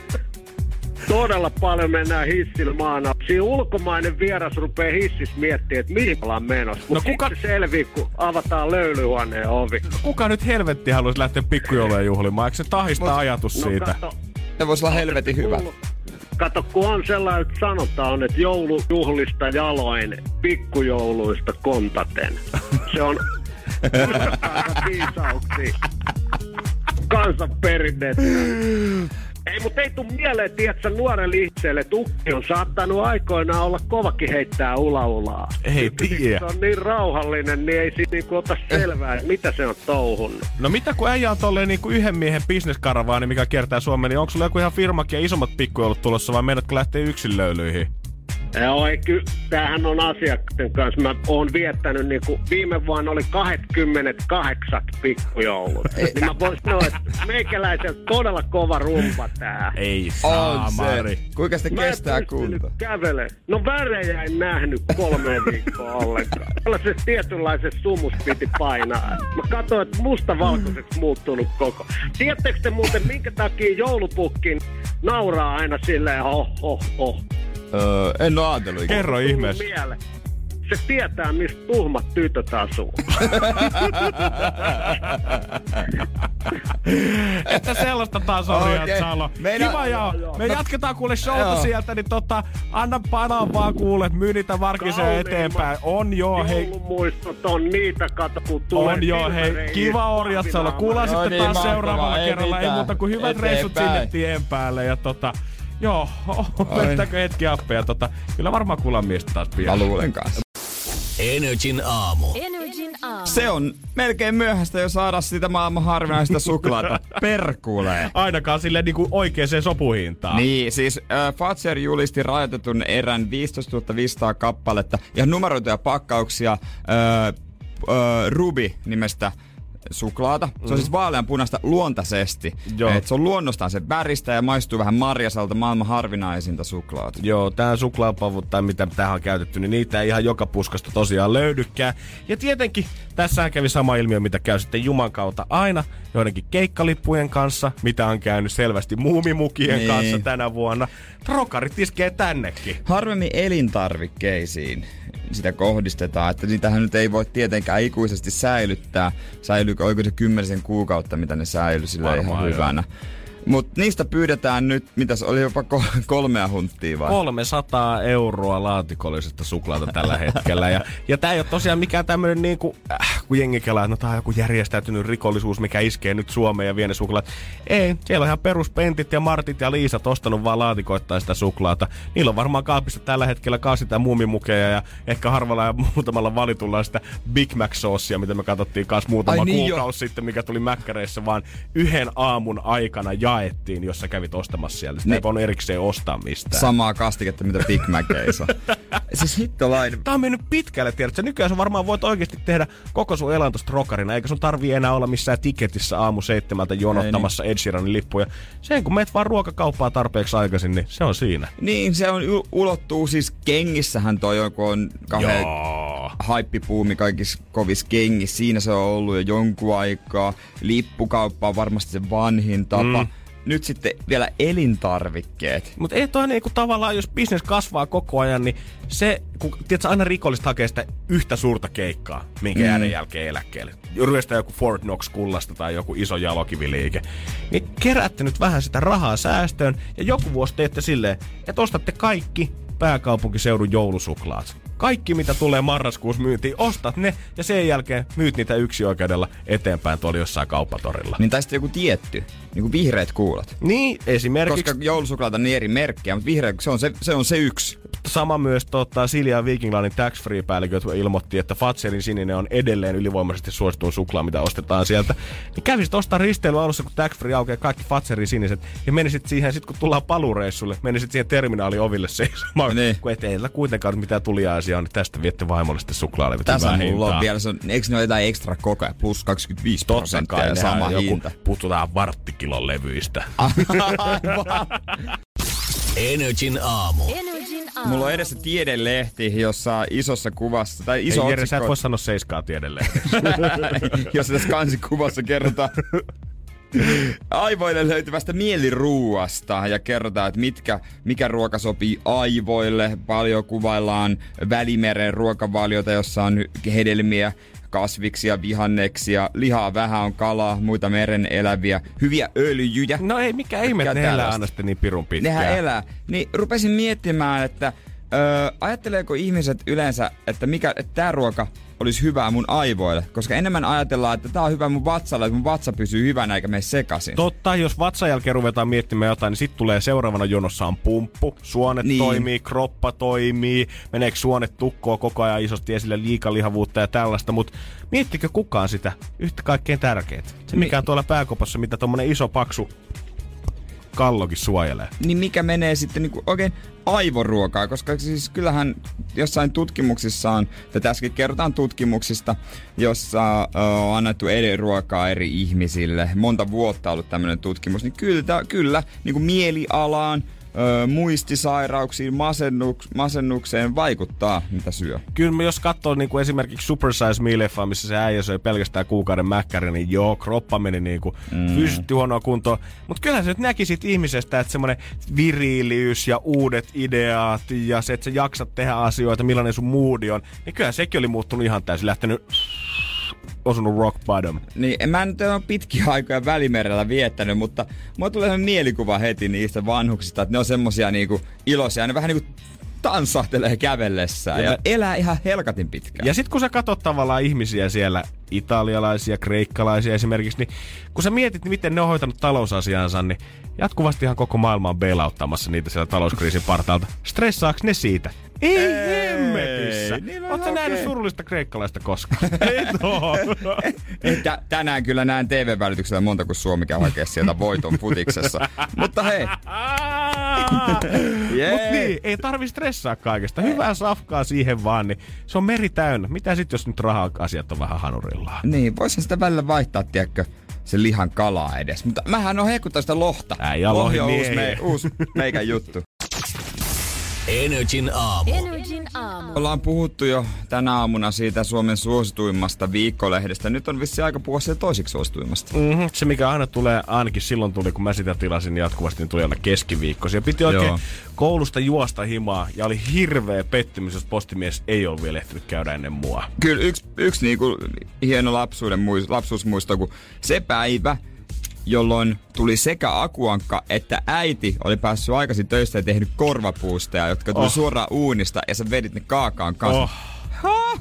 todella paljon mennään hissillä maana. Siinä ulkomainen vieras rupeaa hississä miettimään, että mihin ollaan menossa. No Mutta kuka... se selvii, kun avataan löylyhuoneen ovi. Kuka nyt helvetti haluaisi lähteä pikkujouluja juhlimaan? Eikö se tahista Mut... ajatus no, siitä? Kato, se voisi olla helvetin hyvä. Kato, kun on sellainen, että sanotaan, että joulujuhlista jaloin, pikkujouluista kontaten. Se on viisauksia. Kansanperinnettä. Ei, mutta ei tuu mieleen, tiedätkö, nuorelle ihmiselle, että ukki on saattanut aikoinaan olla kovakin heittää ulaulaa. Ei tiedä. Se on niin rauhallinen, niin ei siitä niinku ota selvää, että mitä se on touhunnut. No mitä kun äijä on tolleen niinku yhden miehen bisneskaravaani, mikä kiertää Suomeen, niin onko sulla joku ihan firmakin ja isommat pikkujoulut tulossa vai meidätkö lähtee yksin löylyihin? Joo, ei kyllä. Tämähän on asiakkaiden kanssa. Mä oon viettänyt niinku, viime vuonna oli kaksikymmentäkahdeksan pikkujoulut. Niin mä voin sanoa, että meikäläiseltä todella kova rumpa tää. Ei On saamari. se. Kuinka sitä kestää kunto? Kävele. No värejä en nähnyt kolme viikkoa ollenkaan. Tällaisessa tietynlaisessa sumussa piti painaa. Mä katsoin, että mustavalkoiseksi muuttunut koko. Tiedättekö te muuten, minkä takia joulupukkin nauraa aina silleen ho ho ho? Öö, en oo ajatellut ikinä. Kerro ihmeessä. Se tietää, mistä tuhmat tytöt asuu. Että sellaista taas on, Okei. okay. Salo. Meidän... Kiva joo. Me jatketaan kuule showta Joo. sieltä, niin tota, anna panaa vaan kuule, myy niitä Markkiseen eteenpäin. On joo, hei. Joulumuistot on niitä, kato kun tulee. On joo, hei. Kiva Orjat Salo. Kuullaan No sitten niin, taas mahtavaa. seuraavalla Ei kerralla. Ei mitään. muuta kuin hyvät Eteenpäin. reissut sinne tien päälle. Ja tota, joo, vettääkö hetki appia. Tota, kyllä varmaan kuullaan miestä taas pian. Mä luulen kanssa. Energin aamu. Energin aamu. Se on melkein myöhäistä jo saada sitä maailman harvinaista suklaata perkuleen. Ainakaan silleen niinku oikeaan sopuhintaan. Niin, siis äh, Fazer julisti rajoitetun erän viisitoistatuhatta viisisataa kappaletta ja numeroituja pakkauksia äh, äh, Ruby-nimestä suklaata. Se on siis vaaleanpunaista luontaisesti. Et se on luonnostaan sen väristä ja maistuu vähän marjasalta, maailman harvinaisinta suklaata. Joo, tää suklaapavut tai mitä tähän on käytetty, niin niitä ei ihan joka puskasta tosiaan löydykään. Ja tietenkin tässä kävi sama ilmiö, mitä käy sitten Juman kautta aina joidenkin keikkalippujen kanssa, mitä on käynyt selvästi muumimukien niin. kanssa tänä vuonna. Trokarit iskee tännekin. Harvemmin elintarvikkeisiin sitä kohdistetaan. Että niitähän nyt ei voi tietenkään ikuisesti säilyttää. Säilyykö, oiko se kymmenisen kuukautta, mitä ne säily sillä ihan hyvänä. Mutta niistä pyydetään nyt, mitäs oli jopa kolmea hunttia vai? kolmesataa euroa laatikollisesta suklaata tällä hetkellä. Ja, ja tää ei ole tosiaan mikään tämmönen niinku, äh, kun jengi kelaa, että no tää on joku järjestäytynyt rikollisuus, mikä iskee nyt Suomeen ja vie ne suklaat. Ei, siellä on ihan peruspentit ja Martit ja Liisat ostanut vaan laatikoittain sitä suklaata. Niillä on varmaan kaapissa tällä hetkellä kaa sitä muumimukeja ja ehkä harvalla ja muutamalla valitulla sitä Big Mac-soossia, mitä me katsottiin kanssa muutama Ai niin kuukausi jo. sitten, mikä tuli Mäkkäreissä vaan yhden aamun aikana ja jaettiin, jos sä kävit ostamassa siellä. Sitä ne. ei voinut erikseen ostaa mistään. Samaa kastiketta, mitä Big Mac ei saa. Siis hittolainen. Tää on mennyt pitkälle, tiedätkö? Nykyään sä varmaan voit oikeasti tehdä koko sun elantosta rockarina, eikä sun tarvii enää olla missään tiketissä aamu seitsemältä jonottamassa niin. Ed Sheeranin lippuja. Sen kun meet vaan ruokakauppaa tarpeeksi aikaisin, niin se on siinä. Niin, se on ulottuu siis kengissähän toi joku on kahden haippipuumi kaikissa kovissa kengissä. Siinä se on ollut jo jonkun aikaa. Lippukauppa on varmasti se vanhin tapa. Mm. Nyt sitten vielä elintarvikkeet. Mutta ei toi niinku tavallaan, jos business kasvaa koko ajan, niin se, kun tiedätkö, aina rikollista hakee sitä yhtä suurta keikkaa, minkä mm. jäädän jälkeen eläkkeelle. Ryöstää joku Fort Knox kullasta tai joku iso jalokiviliike. Niin keräätte nyt vähän sitä rahaa säästöön ja joku vuosi teette silleen, että ostatte kaikki pääkaupunkiseudun joulusuklaat. Kaikki, mitä tulee marraskuussa myyntiin, ostat ne ja sen jälkeen myyt niitä yksioikeudella eteenpäin tuolla jossain kauppatorilla. Niin tai sitten joku tietty, niin kuin vihreät kuulat. Niin, esimerkiksi. Koska joulusuklaat on niin eri merkkejä, mutta vihreät, se on se, se, on se yksi. Sama myös tota, Silja Viking Linein tax-free-päälliköt ilmoitti, että Fazerin sininen on edelleen ylivoimaisesti suosituin suklaa, mitä ostetaan sieltä. Niin kävisit ostaa risteily alussa, kun tax-free aukeaa kaikki Fazerin siniset ja menisit siihen, sit kun tullaan paluureissulle, menisit siihen terminaalin oville seisomaan, niin. Kun et teillä kuitenkaan mitään tuliaisia on, niin tästä viette vaimolle sitten suklaalevit. Tässä mulla on vielä, se on, eikö ne ole jotain ekstra kokoja, plus kaksikymmentäviisi prosenttia ja sama hinta. Puhutaan varttikilon levyistä. Energin aamu. Energin aamu. Mulla on edessä tiedelehti, jossa isossa kuvassa, tai iso Ei, Jere, otsikko... sä et voi sanoa seiskaa tiedelehti. Jossa tässä kansikuvassa kerrotaan aivoille löytyvästä mieliruuasta ja kerrotaan, että mitkä, mikä ruoka sopii aivoille. Paljon kuvaillaan Välimeren ruokavaliota, jossa on hedelmiä, kasviksia, vihanneksia, lihaa vähän on kalaa, muita meren eläviä, hyviä öljyjä. No ei, mikä ihme, että ne elää aina sitten niin pirun pitkään. Nehän elää. Niin rupesin miettimään, että öö, ajatteleeko ihmiset yleensä, että mikä, että tää ruoka olisi hyvää mun aivoille, koska enemmän ajatellaan, että tää on hyvä mun vatsalle, että mun vatsa pysyy hyvänä eikä mene sekaisin. Totta, jos vatsan jälkeen ruvetaan miettimään jotain, niin sit tulee seuraavana jonossa on pumppu, suonet niin. toimii, kroppa toimii, meneekö suonet tukkoon koko ajan isosti esille liikalihavuutta ja tällaista, mutta miettikö kukaan sitä yhtä kaikkein tärkeintä? Se mikä on tuolla pääkopassa, mitä tommonen iso paksu kallokin suojelee. Niin mikä menee sitten niinku oikein aivoruokaa, koska siis kyllähän jossain tutkimuksissa on, että tässäkin kerrotaan tutkimuksista, jossa on annettu eri ruokaa eri ihmisille. Monta vuotta ollut tämmöinen tutkimus, niin kyllä, kyllä niin kuin mielialaan, Öö, muistisairauksiin, masennuks, masennukseen vaikuttaa, mitä syö. Kyllä jos katsoo niin kuin esimerkiksi Super Size Me-leffaa, missä se äijä söi pelkästään kuukauden mäkkäri, niin joo, kroppa meni niin kuin mm. fyysisesti huonoa kuntoon. Mutta kyllähän sä nyt näkisit ihmisestä, että semmoinen viriiliys ja uudet ideaat ja se, että sä jaksat tehdä asioita, millainen sun moodi on, niin kyllähän sekin oli muuttunut ihan täysin, lähtenyt osunut rock bottom. Niin, en mä nyt ole pitkiä aikoja Välimerellä viettänyt, mutta mulla tulee sellainen mielikuva heti niistä vanhuksista, että ne on semmosia niinku iloisia, ne vähän niinku tanssahtelee kävellessään ja, ja elää ihan helkatin pitkään. Ja sit kun sä katot tavallaan ihmisiä siellä, italialaisia, kreikkalaisia esimerkiksi, niin kun sä mietit, miten ne on hoitanut talousasiansa, niin jatkuvastihan koko maailma on bailouttamassa niitä siellä talouskriisin partaalta. Stressaaks ne siitä? Ei hemmetissä. Niin no, Ootko okay. nähnyt surullista kreikkalaista koskaan? Et oo. Tä, tänään kyllä näen T V-välityksellä monta, kun Suomi käy hakea sieltä voiton futiksessa. Mutta hei. yeah. Mut niin, ei tarvi stressaa kaikesta. Hyvää safkaa siihen vaan, niin se on meri täynnä. Mitä sit, jos nyt raha-asiat on vähän hanurillaan? Niin, voisin sitä välillä vaihtaa, tiedätkö, sen lihan kalaa edes. Mutta mähän on hekuttaa sitä lohta. Äijä lohi on uusi, me, uusi meikän juttu. Energin aamu. Energin aamu. Ollaan puhuttu jo tänä aamuna siitä Suomen suosituimmasta viikkolehdestä. Nyt on vissi aika puhua siitä toisiksi suosituimmasta. Mm-hmm. Se, mikä aina tulee, ainakin silloin tuli, kun mä sitä tilasin jatkuvasti, niin tuli aina keskiviikkoisia. Piti oikein Joo. koulusta juosta himaa ja oli hirveä pettymys, jos postimies ei ollut vielä ehtinyt käydä ennen mua. Kyllä yksi, yksi niinku hieno lapsuuden muisto, lapsuusmuisto, kun se päivä, jolloin tuli sekä Akuankka että äiti oli päässyt aikaisin töistä ja tehnyt korvapuusteja, jotka tuli oh. suoraan uunista ja sä vedit ne kaakaan kanssa. Oh. Ha?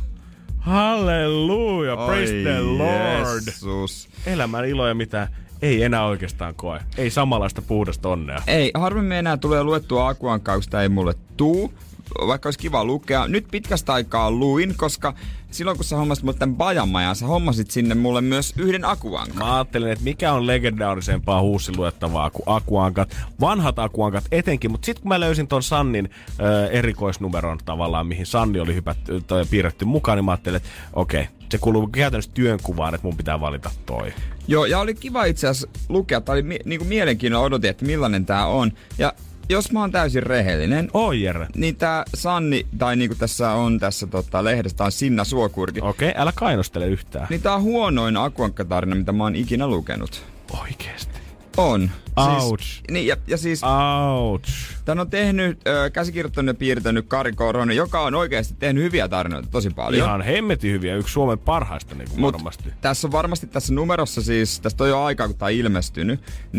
Halleluja, praise the Lord. Jesus. Elämän iloja mitä ei enää oikeastaan koe. Ei samanlaista puhdasta onnea. Ei, harvemmin enää tulee luettua Akuankkaa, kun sitä ei mulle tuu. Vaikka olisi kiva lukea. Nyt pitkästä aikaa luin, koska silloin kun sä hommasit mulle tämän Bajamajan, sä hommasit sinne mulle myös yhden Akuankan. Mä ajattelin, että mikä on legendaarisempaa huussiluettavaa kuin Akuankat. Vanhat Akuankat etenkin, mutta sitten kun mä löysin ton Sannin ö, erikoisnumeron tavallaan, mihin Sanni oli hypätty, tai piirretty mukaan, niin mä ajattelin, että okei, okay, se kuuluu käytännössä työnkuvaan, että mun pitää valita toi. Joo, ja oli kiva itse asiassa lukea, tai oli mi- niinku mielenkiinnolla odotin, että millainen tää on. Ja jos mä oon täysin rehellinen, Oi, Jere. niin tää Sanni, tai niinku tässä on tässä tota, lehdessä, tää on Sinna Suokurki. Okei, okay, älä kainostele yhtään. Niin tää on huonoin Akuankka-tarina, mitä mä oon ikinä lukenut. Oikeesti? On. Ouch. Siis, niin, ja, ja siis... Ouch. Tän on tehnyt, ö, käsikirjoittanut ja piirtänyt Kari Korhonen, joka on oikeasti tehnyt hyviä tarinoita tosi paljon. Ihan hemmetin hyviä, yksi Suomen parhaista niin kuin varmasti. Tässä on varmasti tässä numerossa siis, tästä on jo aikaa kun tää on ilmestynyt,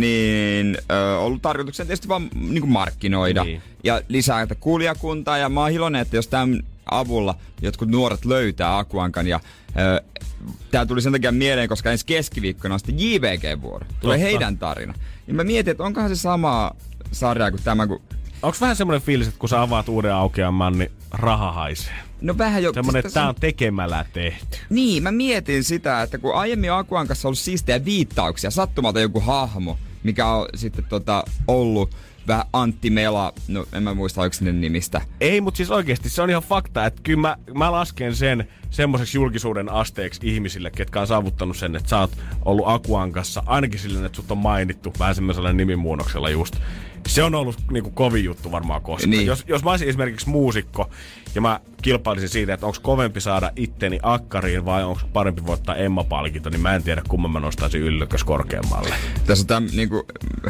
niin ö, ollut tarkoituksena tietysti vaan niin kuin markkinoida niin. Ja lisää kuulijakuntaa. Ja mä oon iloinen, että jos tämän avulla jotkut nuoret löytää Akuankan ja ö, tää tuli sen takia mieleen, koska ensi keskiviikkona on sitten J V G-vuoro. Tulee Totta. heidän tarina. Ja mä mietin, että onkohan se sama sarja kuin tämä, kun... Onko vähän semmoinen fiilis, että kun sä avaat uuden aukeaman, niin raha haisee? No vähän jo. Semmoinen, siis että tää on tekemällä tehty. Niin, mä mietin sitä, että kun aiemmin Akuankassa on ollut siistejä viittauksia, sattumalta joku hahmo, mikä on sitten tota ollut vähän Antti Mela, no en mä muista oikein nimistä. Ei, mutta siis oikeesti se on ihan fakta, että kyllä mä, mä lasken sen semmoiseksi julkisuuden asteeksi ihmisille, ketkä on saavuttanut sen, että sä oot ollut Akuankassa, ainakin silleen, että sut on mainittu vähän semmoisella nimimuunnoksella just. Se on ollut niinku kovin juttu varmaan koskaan. Niin. Jos, jos mä olisin esimerkiksi muusikko ja mä kilpailisin siitä, että onko kovempi saada itteni akkariin vai onko parempi voittaa Emma-palkinto, niin mä en tiedä kumman mä nostaisin yllykäs korkeammalle. Tässä on täm, niinku,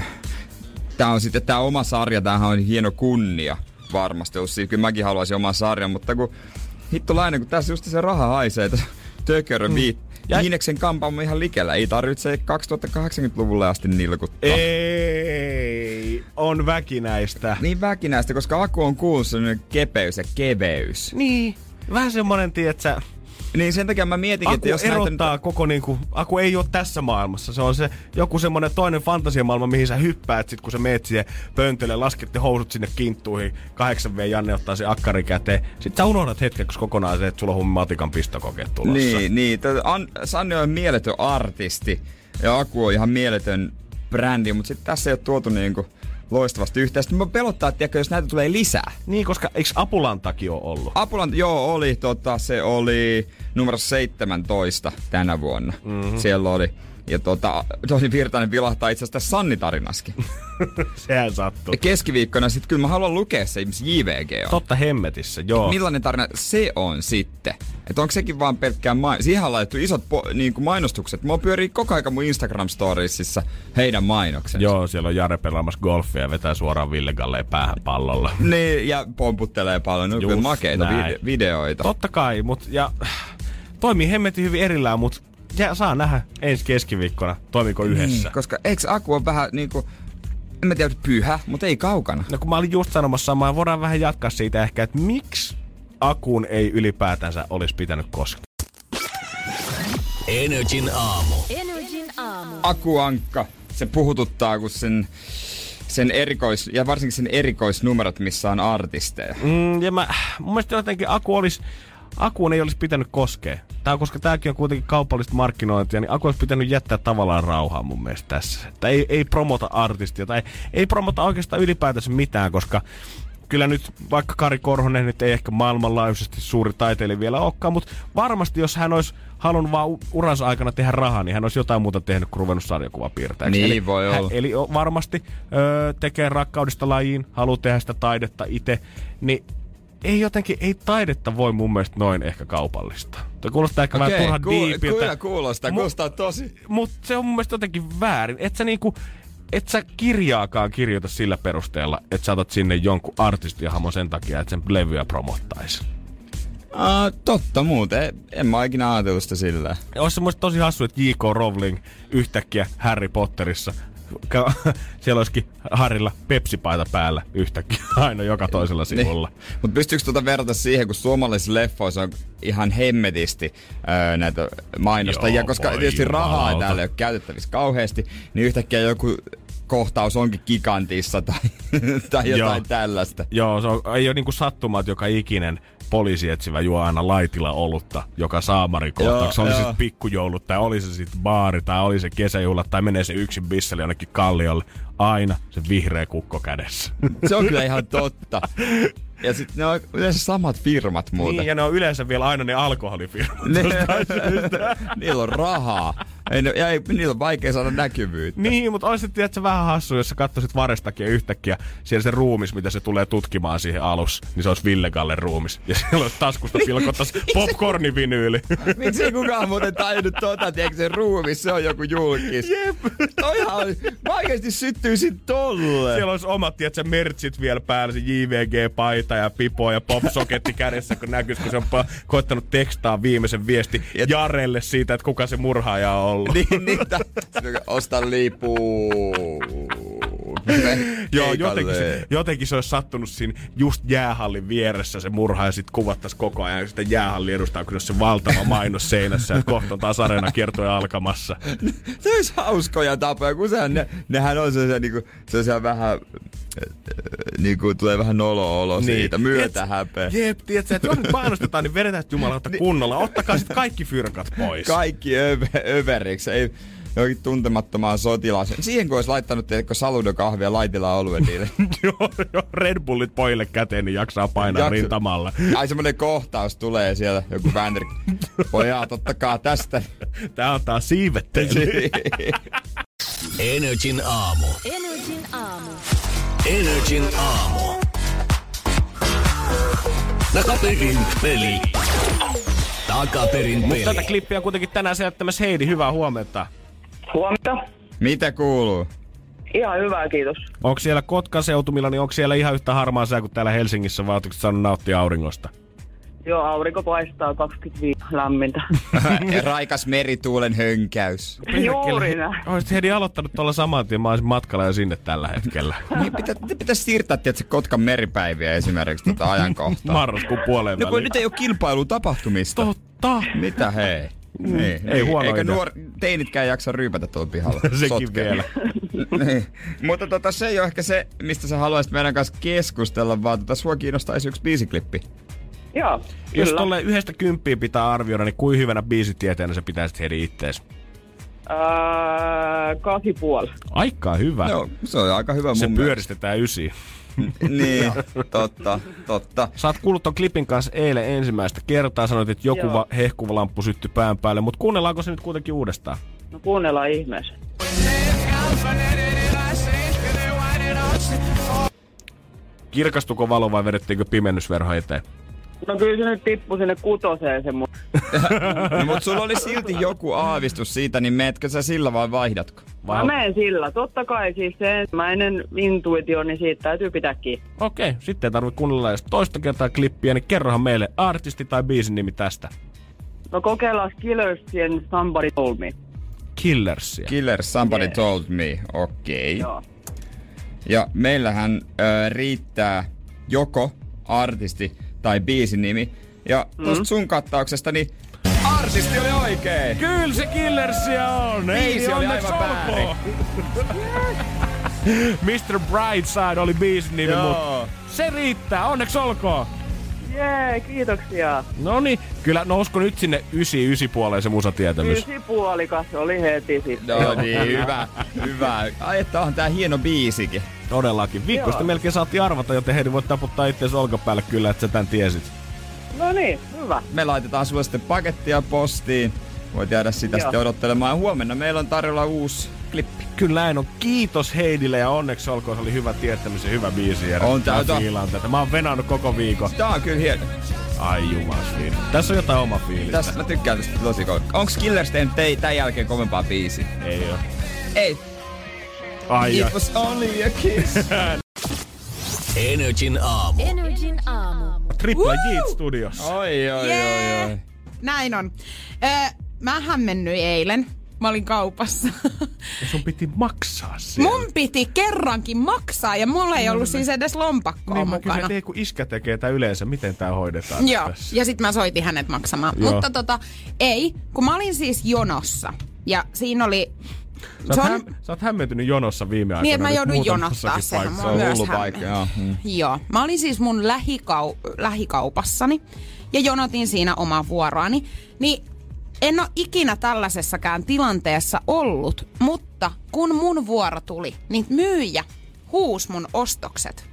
tää on sitten tää oma sarja, tämähän on hieno kunnia varmasti. Siis, kyllä mäkin haluaisin oman sarjan, mutta kun hittolainen, kun tässä just se raha haisee, että tökörö mm. viit. Ja Hiineksen kampa on ihan likellä. Ei tarvitse kaksituhattakahdeksankymmentäluvulle asti nilkuttaa. Ei, on väkinäistä. Niin väkinäistä, koska Aku on kuullut sellainen kepeys ja keveys. Niin, vähän semmonen, tietsä... Niin sen takia mä mietinkin, Aku että jos erottaa näitä... koko niinku... Aku ei ole tässä maailmassa. Se on se joku semmonen toinen fantasiamaailma, mihin sä hyppäät sit kun sä meet siihen pöntölle, laskette housut sinne kinttuihin. kahdeksan vuotias Janne ottaa se akkari käteen. Sitten sä unohdat hetkeksi kokonaan se, että sulla on matikan pistokokeet tulossa. Niin, niin. An- Sanni on mieletön artisti ja Aku on ihan mieletön brändi, mutta sitten tässä ei ole tuotu niinku... loistavasti yhteen. Sitten mä pelottaa, että jos näitä tulee lisää. Niin, koska eikö Apulantakin ole ollut? Apulanta, joo, oli. Tota, se oli numero seitsemäntoista tänä vuonna. Mm-hmm. Siellä oli. Ja tota, Tosi Virtanen vilahtaa itse asiassa tässä Sanni-tarinaskin. Sehän sattuu. Ja keskiviikkona sit kyllä mä haluan lukea se, missä J V G on. Totta hemmetissä, joo. Millainen tarina se on sitten? Että onko sekin vaan pelkkää main... Siihen on laitettu isot po- niinku mainostukset. Mua pyörii koko aika mun Instagram-storiesissa heidän mainoksensa. Joo, siellä on Jare pelaamassa golfia ja vetää suoraan Ville Galleen päähän pallolla. Niin, ja pomputtelee paljon. Ne on kyllä makeita vide- videoita. Totta kai, mut ja... Toimii hemmetin hyvin erillään, mut... Ja saa nähdä ensi keskiviikkona, toimiko yhdessä. Niin, koska eikö Aku on vähän niinku... En mä tiedä, pyhä, mutta ei kaukana. No kun mä olin just sanomassa samaa, voidaan vähän jatkaa siitä ehkä, että miksi Akuun ei ylipäätänsä olisi pitänyt koskea. Energin aamu. Energin aamu. Akuankka, se puhututtaa, kun sen, sen erikois, ja varsinkin sen erikoisnumerot, missä on artisteja. Mm, ja mä, mun mielestä jotenkin Aku olisi, Akuun ei olisi pitänyt koskea. Tää, koska tääkin on kuitenkin kaupallista markkinointia, niin Aku olisi pitänyt jättää tavallaan rauhaa mun mielestä tässä. Että ei, ei promota artistia tai ei, ei promota oikeastaan ylipäätänsä mitään, koska kyllä nyt vaikka Kari Korhonen nyt ei ehkä maailmanlaajuisesti suuri taiteilija vielä olekaan, mutta varmasti jos hän olisi halunnut vaan uransa aikana tehdä rahaa, niin hän olisi jotain muuta tehnyt kuin ruvennut sarjakuvapiirtäjäksi. Niin eli, voi hän, olla. Eli varmasti öö, tekee rakkaudesta lajiin, haluaa tehdä sitä taidetta itse, niin ei jotenkin, ei taidetta voi mun mielestä noin ehkä kaupallista. Tuo kuulostaa ehkä Okei, vähän turhan ku, diipiltä. Kyllä kuulostaa, Mu- kuulostaa tosi. Mutta se on mun mielestä jotenkin väärin. Et sä niinku, et sä kirjaakaan kirjoita sillä perusteella, että sä otat sinne jonkun artistiahamon sen takia, että sen levyä promottaisi. Uh, totta muuten, en, en mä ikinä ajatellut sitä sillä. Olisi semmoista tosi hassu, että J K. Rowling yhtäkkiä Harry Potterissa, siellä olisikin Harrylla Pepsi-paita päällä yhtäkkiä aina joka toisella sivulla. Niin. Mutta pystyykö tuota verrata siihen, kun suomalaisissa leffoissa on ihan hemmetisti öö, näitä mainostajia, Joo, koska tietysti jumalauta. rahaa ei täällä ole käytettävissä kauheasti, niin yhtäkkiä joku kohtaus onkin Gigantissa tai, tai jotain Joo. tällaista. Joo, se on, ei ole niinku sattumaa, että joka ikinen poliisietsivä juo aina laitilla olutta, joka saamarikohtauksia. Oli se sitten pikkujoulut, tai oli se sitten baari, tai oli se kesäjuhlat, tai menee se yksin bisseli jonnekin kalliolle. Aina se vihreä kukko kädessä. Se on kyllä ihan totta. Ja sitten ne on yleensä samat firmat muuten. Niin, ja ne on yleensä vielä aina ne alkoholifirmat. Ne, niillä on rahaa. Ei, ne, ja ei, niillä on vaikea saada näkyvyyttä. Niin, mutta olisi tiedätkö, vähän hassu, jos sä katsoisit Varestakin yhtäkkiä siellä se ruumis, mitä se tulee tutkimaan siihen alussa, niin se olisi Ville Gallen ruumis. Ja siellä olisi taskusta pilkottais popcornivinyyli. Miksi ei kukaan muuten tajunnut tota, tiedätkö se ruumis, se on joku julkis. Jep. Toihan vaikeasti syttyy sit tolle. Siellä olisi omat, tiedätkö, mertsit vielä päällä, se J V G-paita ja pipo ja popsoketti kädessä, kun näkyisi, kun se on koittanut tekstaa viimeisen viesti Jarelle siitä, että kuka se murhaaja on ollut. Niin, niitä. Osta lipuu. Joo, jotenkin se, jotenkin se olisi sattunut siinä just jäähallin vieressä se murha ja sit kuvattaisi koko ajan. Ja sitten jäähallin edustaa, kun se valtava mainos seinässä, että kohta on taas areena kiertoja alkamassa. Se olisi hauskoja tapoja, kun sehän, ne, nehän on sellaisia, niinku, sellaisia vähän, niinku tulee vähän nolo-olo niin. Siitä, myötä häpeä. Jep, tiedätkö, että jos nyt mainostetaan, niin vedetään jumalauta kunnolla. Ottakaa sit kaikki fyrkat pois. Kaikki över, överiksi, ei jokin tuntemattomaan sotilaaseen. Siihen kun olisi laittanut, teetkö saludokahvia laitilla oluen niille. Joo, jo, Red Bullit pojille käteen, niin jaksaa painaa Jaksa. rintamalla. Ai semmonen kohtaus tulee siellä, joku väänteri. Pojat, ottakaa tästä. Tää on taas siivettely. Energin aamu. Energin aamu. Energin aamu. Takaperin peli. Takaperin peli. Mutta tätä klippiä on kuitenkin tänään selittämässä Heidi. Hyvää huomenta. Huomenta. Mitä kuuluu? Ihan hyvä, kiitos. Onko siellä Kotkan seutumilla, niin onko siellä ihan yhtä harmaa sää kuin täällä Helsingissä, vai oletko saanut nauttia auringosta? Joo, aurinko paistaa kaksikymmentäviisi lämmintä. Raikas merituulen hönkäys. Juuri näin. Olisit Heidi aloittanut tuolla saman tien, mä olisin matkalla jo sinne tällä hetkellä. Niin pitä, pitäisi siirtää, tiedätkö, Kotkan meripäiviä esimerkiksi tätä ajankohtaa. Marraskuun puoleen no kun nyt ei ole kilpailu tapahtumista. Totta. Mitä hei? Mm. Ei, ei, ei huono eikä idea. nuor, teinitkään jaksa ryypätä tuolla pihalla. Sekin Sotkeen. vielä. Niin. Mutta tota, se ei ole ehkä se, mistä sä haluaisit meidän kanssa keskustella, vaan tota, sua kiinnostaisi yksi biisiklippi. Joo, Jos kyllä. tolle yhdestä kymppiä pitää arvioida, niin kuin hyvänä biisitieteenä se pitää sitten Heidi ittees? Öö, kaksi puoli. Aika hyvä. Joo, se on aika hyvä mun Se mielestä. pyöristetään ysiin. Niin, totta, totta. Sä oot kuullut ton klipin kanssa eilen ensimmäistä kertaa. Sanoit, että joku va- hehkuva lamppu syttyi pään päälle, mutta kuunnellaanko se nyt kuitenkin uudestaan? No kuunnellaan ihmeessä. Kirkastuko valo vai vedettiinkö pimennysverho eteen? No kyllä se nyt tippui sinne kutoseen se mun. No, mutta sulla oli silti joku aavistus siitä, niin meetkö sä sillä vai vaihdatko? Mä menen sillä. Totta kai siis se ensimmäinen intuitio, niin siitä täytyy pitää kiinni. Okei, sitten ei tarvitse kuunnella edes toista kertaa klippiä, niin kerrohan meille artisti tai biisin nimi tästä. No kokeillaan Killersien Somebody Told Me. Killersia. Killers, Somebody Yeah. Told Me, okei. Joo. Ja meillähän ö, riittää joko artisti tai biisin nimi. Ja tosta Mm. sun kattauksesta, niin artisti oli oikein! Kyllä se Killersia on! Biisi oli aivan väärin. mister Brightside oli biisin nimi, Joo. mutta se riittää, onneksi olkoon! Jee, kiitoksia. No niin, kyllä nousko nyt sinne ysi ysi puoleen se musatietämys. Ysipuolikas oli heti sitten. No niin, hyvä, hyvä. Ai, että on tää hieno biisikin. Todellakin. Viikkosta Joo. melkein saatiin arvata, joten Heidi voit taputtaa itseäsi olkapäälle kyllä, että sä tän tiesit. No niin, hyvä. Me laitetaan sulle sitten pakettia postiin. voit jäädä sitä Joo. sitten odottelemaan. Huomenna meillä on tarjolla uusi klippi. Kyllä näin on. Kiitos Heidille ja onneksi olkoon. Se oli hyvä tiettämisen, hyvä biisi. Ja On tää, mä tää. fiilaan tätä. Mä oon venannut koko viikon. Tää on kyllä hieno. Ai jumas fiilis. Tässä on jotain oma fiilistä. Tässä mä tykkään tästä tosi kovin. Onks Killers tehnyt tei, tän jälkeen kovempaa biisiä? Ei oo. Ei. Ai It was only a kiss. Energin aamu. Energin aamu. Triple J Studios. Oi, oi, Jee. oi, oi. Näin on. Öö, mä hämmennyin eilen. Mä olin kaupassa. Ja sun piti maksaa siellä. Mun piti kerrankin maksaa ja mulla ei ollut siis edes lompakkoa Niin mä mukana. kysyin, kun iskä tekee tää yleensä, miten tää hoidetaan Joo, tässä? ja sit mä soitin hänet maksamaan. Joo. Mutta tota, ei, kun mä olin siis jonossa. Ja siinä oli... Sä se oot, on, häm, sä oot hämmentynyt jonossa viime aikoina. niin, että mä nyt joudun muutamassakin jonottaa, sehän paikassa. mua Se on myös hullu paikka, hämmensi. joo. Mm. Joo, mä olin siis mun lähikau- lähikaupassani ja jonotin siinä omaa vuoroani. Niin en ole ikinä tällaisessakaan tilanteessa ollut, mutta kun mun vuoro tuli, niin myyjä huusi mun ostokset.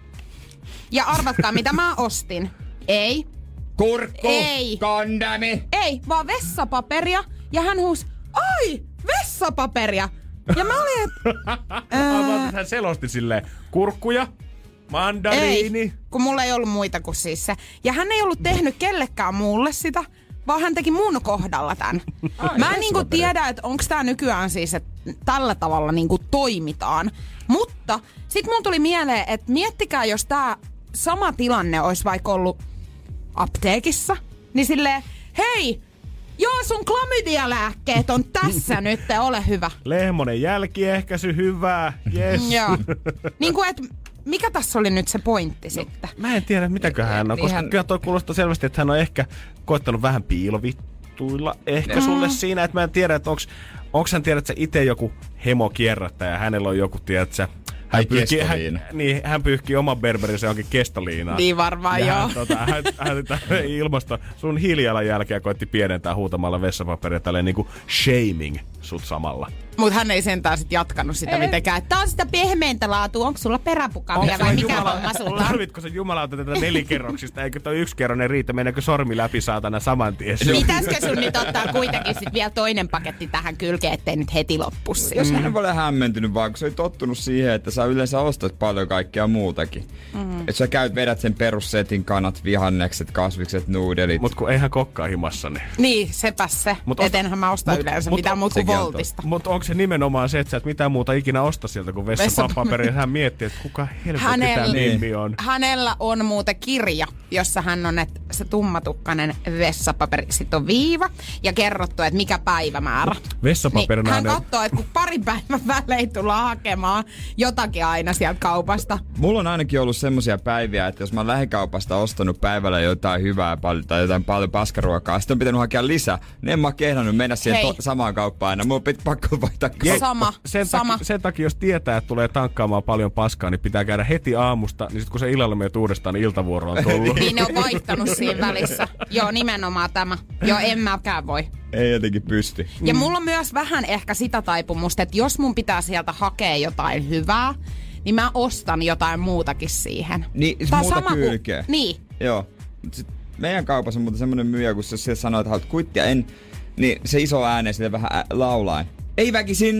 Ja arvatkaa, mitä mä ostin. Ei. Kurkku! Ei. Kondami! Ei, vaan vessapaperia. Ja hän huusi, ai, vessapaperia! Ja mä olin, että... Ää... Hän selosti silleen, kurkkuja, mandariini. Ei, kun mulla ei ollut muita kuin siis se. Ja hän ei ollut tehnyt kellekään muulle sitä, vaan hän teki mun kohdalla tän. Ai, Mä en niinku tiedä, että onko tää nykyään siis, että tällä tavalla niinku toimitaan. Mutta sit mun tuli mieleen, että miettikää, jos tää sama tilanne olisi vaikka ollut apteekissa, niin silleen, hei, joo, sun klamydialääkkeet on tässä nyt, ole hyvä. Lehmonen jälkiehkäisy, hyvää, yes. Joo. Niin kuin, että mikä tässä oli nyt se pointti no, sitten? Mä en tiedä, mitäköhän hän on, koska Ihan... kyllä toi kuulostaa selvästi, että hän on ehkä koittanut vähän piilovittuilla ehkä mm. sulle siinä, että mä en tiedä, että onks, onks hän tiedä, että se itse joku hemokierrättäjä ja hänellä on joku, tiedätkö, hän pyyhkii, hän, niin, hän pyyhkii oman berberinsä johonkin kestoliinaan. Niin varmaan, ja joo. Hän, tota, hän, hän, hän ilmasto sun hiilijalanjälkeä koitti pienentää huutamalla vessapaperia tälleen niinku shaming sut samalla. Mut hän ei sentään sit jatkanut sitä ei. mitenkään. Että tää on sitä pehmeintä laatua. Onko sulla peräpukamia vai mikä homma sulla on? Tarvitko se jumalauta tätä nelikerroksista? Eikö toi yksikerronen riitä? Mennäänkö sormi läpi saatana saman tien? Pitäisikö sun nyt ottaa kuitenkin sit vielä toinen paketti tähän kylkeen, ettei nyt heti loppu siinä? Jos hän voi olla hämmentynyt, vaan kun se oli tottunut siihen, että sä yleensä ostat paljon kaikkea muutakin. Mm. Että sä käyt, vedät sen perussetin, kanat, vihannekset, kasvikset, nuudelit. Mut kun eihän kokkaa himassa niin. Niin, sepäs se. Mut et enhän mä osta mut, yleensä mut, mitään muuta kuin Voltista. Mutta onko se nimenomaan se, että sä et mitään muuta ikinä osta sieltä kuin vessapaperia? Hän miettii, että kuka helvetti tää nimi on. Hänellä on muuten kirja, jossa hän on, että se tummatukkainen vessapaperi, sit on viiva ja kerrottu, että mikä päivämäärä. Vessapaperina niin hän katsoo, että kun pari päivän välein tullaan hakemaan jotakin aina sieltä kaupasta. Mulla on ainakin ollut semmosia päiviä, että jos mä oon lähikaupasta ostanut päivällä jotain hyvää tai jotain paljon paskaruokaa, sitten on pitänyt hakea lisää, niin en mä oon kehdannut mennä siihen to- samaan kauppaan aina. Mulla on pit- pakko vaihtaa kauppaa. Sama, sen, sama. Takia, sen takia, jos tietää, että tulee tankkaamaan paljon paskaa, niin pitää käydä heti aamusta, niin sit kun se illalla menet uudestaan, niin iltavuoro on tullut. Niin ne on vaihtanut siinä välissä. Joo, nimenomaan tämä. Joo, en mäkään voi. Ei jotenkin pysty. Ja mulla on myös vähän ehkä sitä taipumusta, että jos mun pitää sieltä hakea jotain hyvää, niin mä ostan jotain muutakin siihen. Niin, Tää muuta sama kylkeä. Ku, niin. Joo. Sit meidän kaupassa on muuten semmonen myyjä, kun se sanoo, että haluat kuittia, en, niin se iso ääneen sille vähän ä- laulaen. Ei väkisin!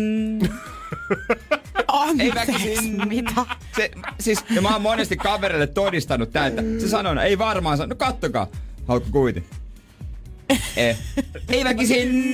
Ei väkisin! Mitä? Se, siis, ja mä oon monesti kaverille todistanut tää, että se sanoo, ei varmaan sano, no kattokaa. Haluatko kuitin? Eh. Ei väkisin!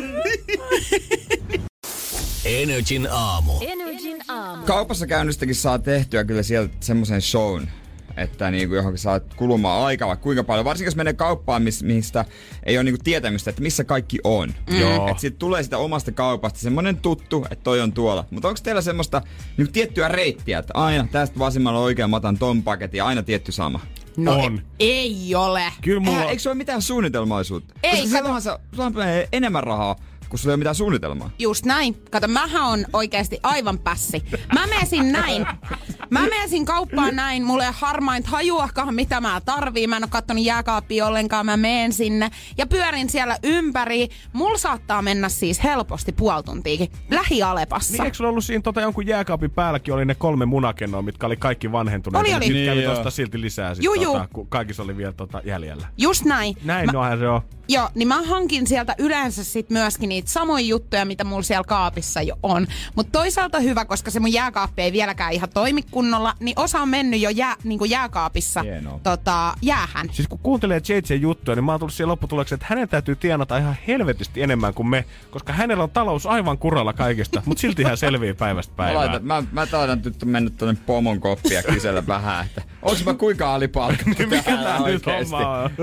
Energin aamu. Energin aamu. Kaupassa käynnistäkin saa tehtyä kyllä sieltä semmoisen shown, että niinku johonkin saat kulumaan aikaa vaikka kuinka paljon. Varsinkin jos menee kauppaan, mistä ei ole niinku tietämystä, että missä kaikki on. Mm. Että siitä tulee sitä omasta kaupasta semmonen tuttu, että toi on tuolla. Mutta onko teillä semmoista niinku tiettyä reittiä, että aina tästä vasemmalla oikein mä otan ton paketin ja aina tietty sama? No on. Ei, ei ole. Kyllä mulla Eihän, eikö se ole mitään suunnitelmaisuutta? Ei, Koska silloinhan se, sulla menee enemmän rahaa, kun sulla ei ole mitään suunnitelmaa. Just näin. Kato, mähän on oikeasti aivan pässi. Mä menesin näin. Mä menisin kauppaan näin, mulla ei ole harmainta hajuakaan, mitä mä tarviin. Mä en ole kattonut jääkaappia ollenkaan, mä menen sinne ja pyörin siellä ympäri. Mulla saattaa mennä siis helposti puoli tuntiikin Lähi-Alepassa. Niin, eikö sulla ollut siinä tota jonkun jääkaapin päälläkin oli ne kolme munakennoa, mitkä oli kaikki vanhentuneet? Oli, oli. Niin, kävi Niin, tosta silti lisää, sit, Juu, tota, juu. kun kaikissa oli vielä tota jäljellä. Just näin. Näin mä, nohan se on. Joo, niin mä hankin sieltä yleensä sit myöskin niitä samoja juttuja, mitä mulla siellä kaapissa jo on. Mutta toisaalta hyvä, koska se mun jääkaappi ei vieläkään ihan toimi kunnolla, niin osa on mennyt jo jää, niin kuin jääkaapissa tota, jäähän. Siis kun kuuntelee J J:n juttuja, niin mä oon tullut siihen lopputulokseen, että hänen täytyy tienata ihan helvetisti enemmän kuin me, koska hänellä on talous aivan kuralla kaikesta, mutta silti hän selviää päivästä päivään. Mä, laitan, mä, mä taidan nyt mennä tonne pomon koppia kysellä vähän, että onks mä kuinka alipalkattu täällä oikeesti.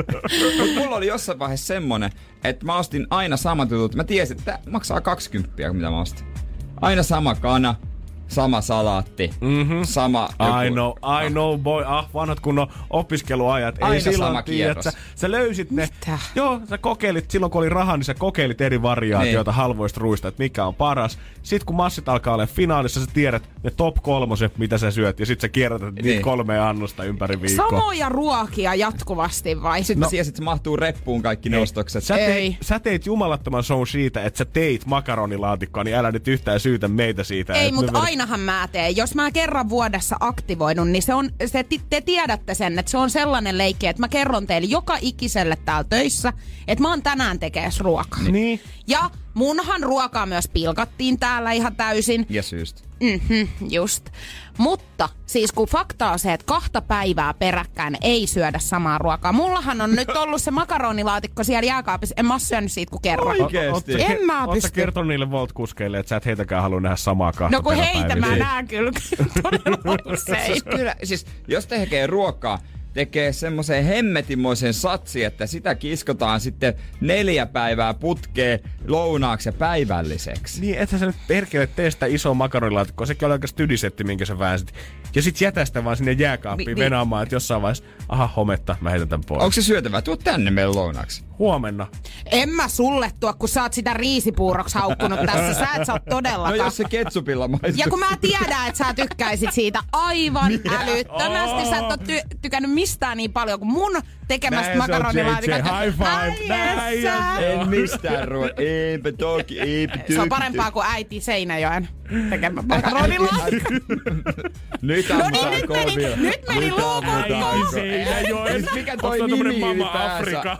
Mut mulla oli jossain vaiheessa semmonen, että mä ostin aina samat jutut. Mä tiesin, että tää maksaa kaksikymmentä, mitä mä ostin. Aina sama kana, sama salaatti, mm-hmm. sama... I know, I know boy. Ah, vanhat kunnon opiskeluajat. Ei Aina silloin sama tiedä, kierros. sä, sä löysit ne. Mitä? Joo, sä kokeilit, silloin kun oli rahaa, niin sä kokeilit eri variaatioita Niin. halvoista ruista, että mikä on paras. Sitten kun massit alkaa olla finaalissa, sä tiedät ne top kolmoset, mitä sä syöt, ja sit sä kierrätät niin. niitä kolmea annosta ympäri viikkoa. Samoja ruokia jatkuvasti vai? Sitten no. mä tiesin, että se mahtuu reppuun kaikki ne ostokset. Sä, Ei. teit, sä teit jumalattoman show siitä, että sä teit makaronilaatikkoa, niin älä nyt yhtään syytä meitä siitä. Ei, että mutta me vedä- ainahan mä teen. Jos mä kerran vuodessa aktivoidun, niin se on, se, te tiedätte sen, että se on sellainen leikki, että mä kerron teille joka ikiselle täällä töissä, että mä oon tänään tekees ruokaa. Niin. Ja munhan ruokaa myös pilkattiin täällä ihan täysin. Ja syystä. Mhm, just. Mutta siis kun fakta on se, että kahta päivää peräkkäin ei syödä samaa ruokaa. Mullahan on nyt ollut se makaronilaatikko siellä jääkaapissa. En mä oo syönyt siitä kuin kerran. Oikeesti? En mä Oot sä pysty. kertonut niille Volt-kuskeille, että sä et heitäkään halua nähdä samaa kahta No kun heitä peräpäivää? mä näen kyllä todella usein. Siis kyllä, siis jos tekee ruokaa, tekee semmoisen hemmetimoisen satsi, että sitä kiskotaan sitten neljä päivää putkeen lounaaksi ja päivälliseksi. Niin, ethän sä nyt perkele tee sitä isoa makaronilaatikkoa. Sekin oli aika stydisetti, minkä sä väänsit. Ja sit jätä sitä vaan sinne jääkaappiin Ni- niin, venaamaan, että jossain vaiheessa, aha, hometta, mä heitän tän pois. Onko se syötävää? Tuo tänne meidän lounaaksi. Huomenna. En mä sulle tuo, kun sä oot sitä riisipuuroksi haukkunut tässä. Sä et saa No todellakaan. jos se ketsupilla maistuu. Ja kun mä tiedän, että sä tykkäisit siitä aivan älyttömästi. Sä et oo ty- tykännyt mistään niin paljon kuin mun tekemästä Näin se on, makaronilaatikosta. J J. High five. Ai Näin jessää. En mistään ruo. Eipä toki, eipä Se on parempaa kuin äiti Seinäjoen tekemä makaronilaatikko. Nyt No ammutaan niin, nyt meni, kovilla. nyt meni luukun Äiti kohta. Seinäjoen. Mikä toi Onks tommonen nimi Mama ylipäänsä? Afrika?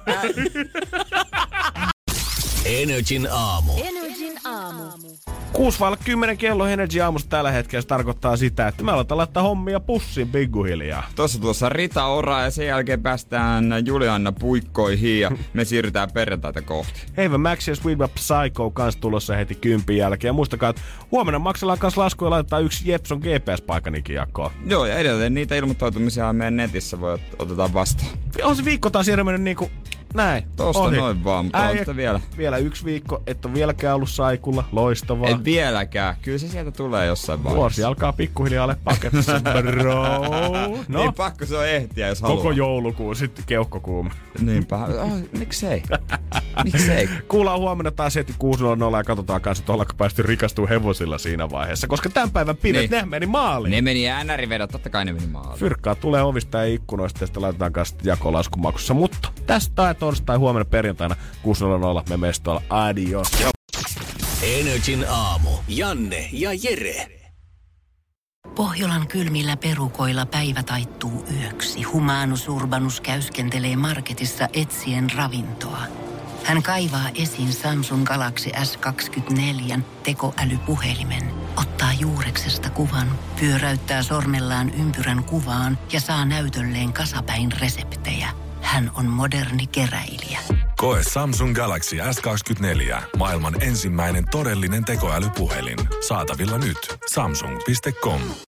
Energin aamu. Energin aamu. Kuusi vailla kymmenen kello Energy aamusta tällä hetkellä. Se tarkoittaa sitä, että me aletaan laittaa hommia pussiin pikkuhiljaa. Tossa tuossa Rita Ora ja sen jälkeen päästään Julianna puikkoihin ja me siirrytään perjantaita kohti. Heivä Max ja Sweet Up Psycho kans tulossa heti kympin jälkeen. Ja muistakaa, että huomenna maksellaan kans laskuja ja laitetaan yksi Jepson G P S-paikanikin jakoon. Joo, ja edelleen niitä ilmoittautumisia meidän netissä voi ot- otetaan vastaan. On se viikko taas siellä mennyt niinku näin. Tosta Ohi. noin vaan, mutta on Äijä, sitä vielä. Vielä yksi viikko, et ole vieläkään ollut saikulla. Loistavaa. En vieläkään. Kyllä se sieltä tulee jossain vaiheessa. Vuosi alkaa pikkuhiljaa ole paketissa, bro. No. Ei pakko se on ehtiä, jos haluaa. Koko joulukuun sitten keuhkokuume. Niinpä. Oh, miksei? Miksei? Kuullaan huomenna taas heti kuusi nolla nolla ja katsotaan kanssa, että ollaanko päästy rikastuu hevosilla siinä vaiheessa. Koska tämän päivän pimet, Niin. ne meni maaliin. Ne meni äänärivedot, totta kai ne meni maaliin. Fyrkkaa tulee ovista ja ikkunoista ja sitten laitetaan kanssa jakolaskumakussa. Mutta tästä tai torstai huomenna perjantaina kuusi nolla nolla me mestoilla. Adios. Energin aamu. Janne ja Jere. Pohjolan kylmillä perukoilla päivä taittuu yöksi. Humanus Urbanus käyskentelee marketissa etsien ravintoa. Hän kaivaa esiin Samsung Galaxy S kaksikymmentäneljä tekoälypuhelimen, ottaa juureksesta kuvan, pyöräyttää sormellaan ympyrän kuvaan ja saa näytölleen kasapäin reseptejä. Hän on moderni keräilijä. Koe Samsung Galaxy S kaksikymmentäneljä. Maailman ensimmäinen todellinen tekoälypuhelin. Saatavilla nyt. Samsung piste com.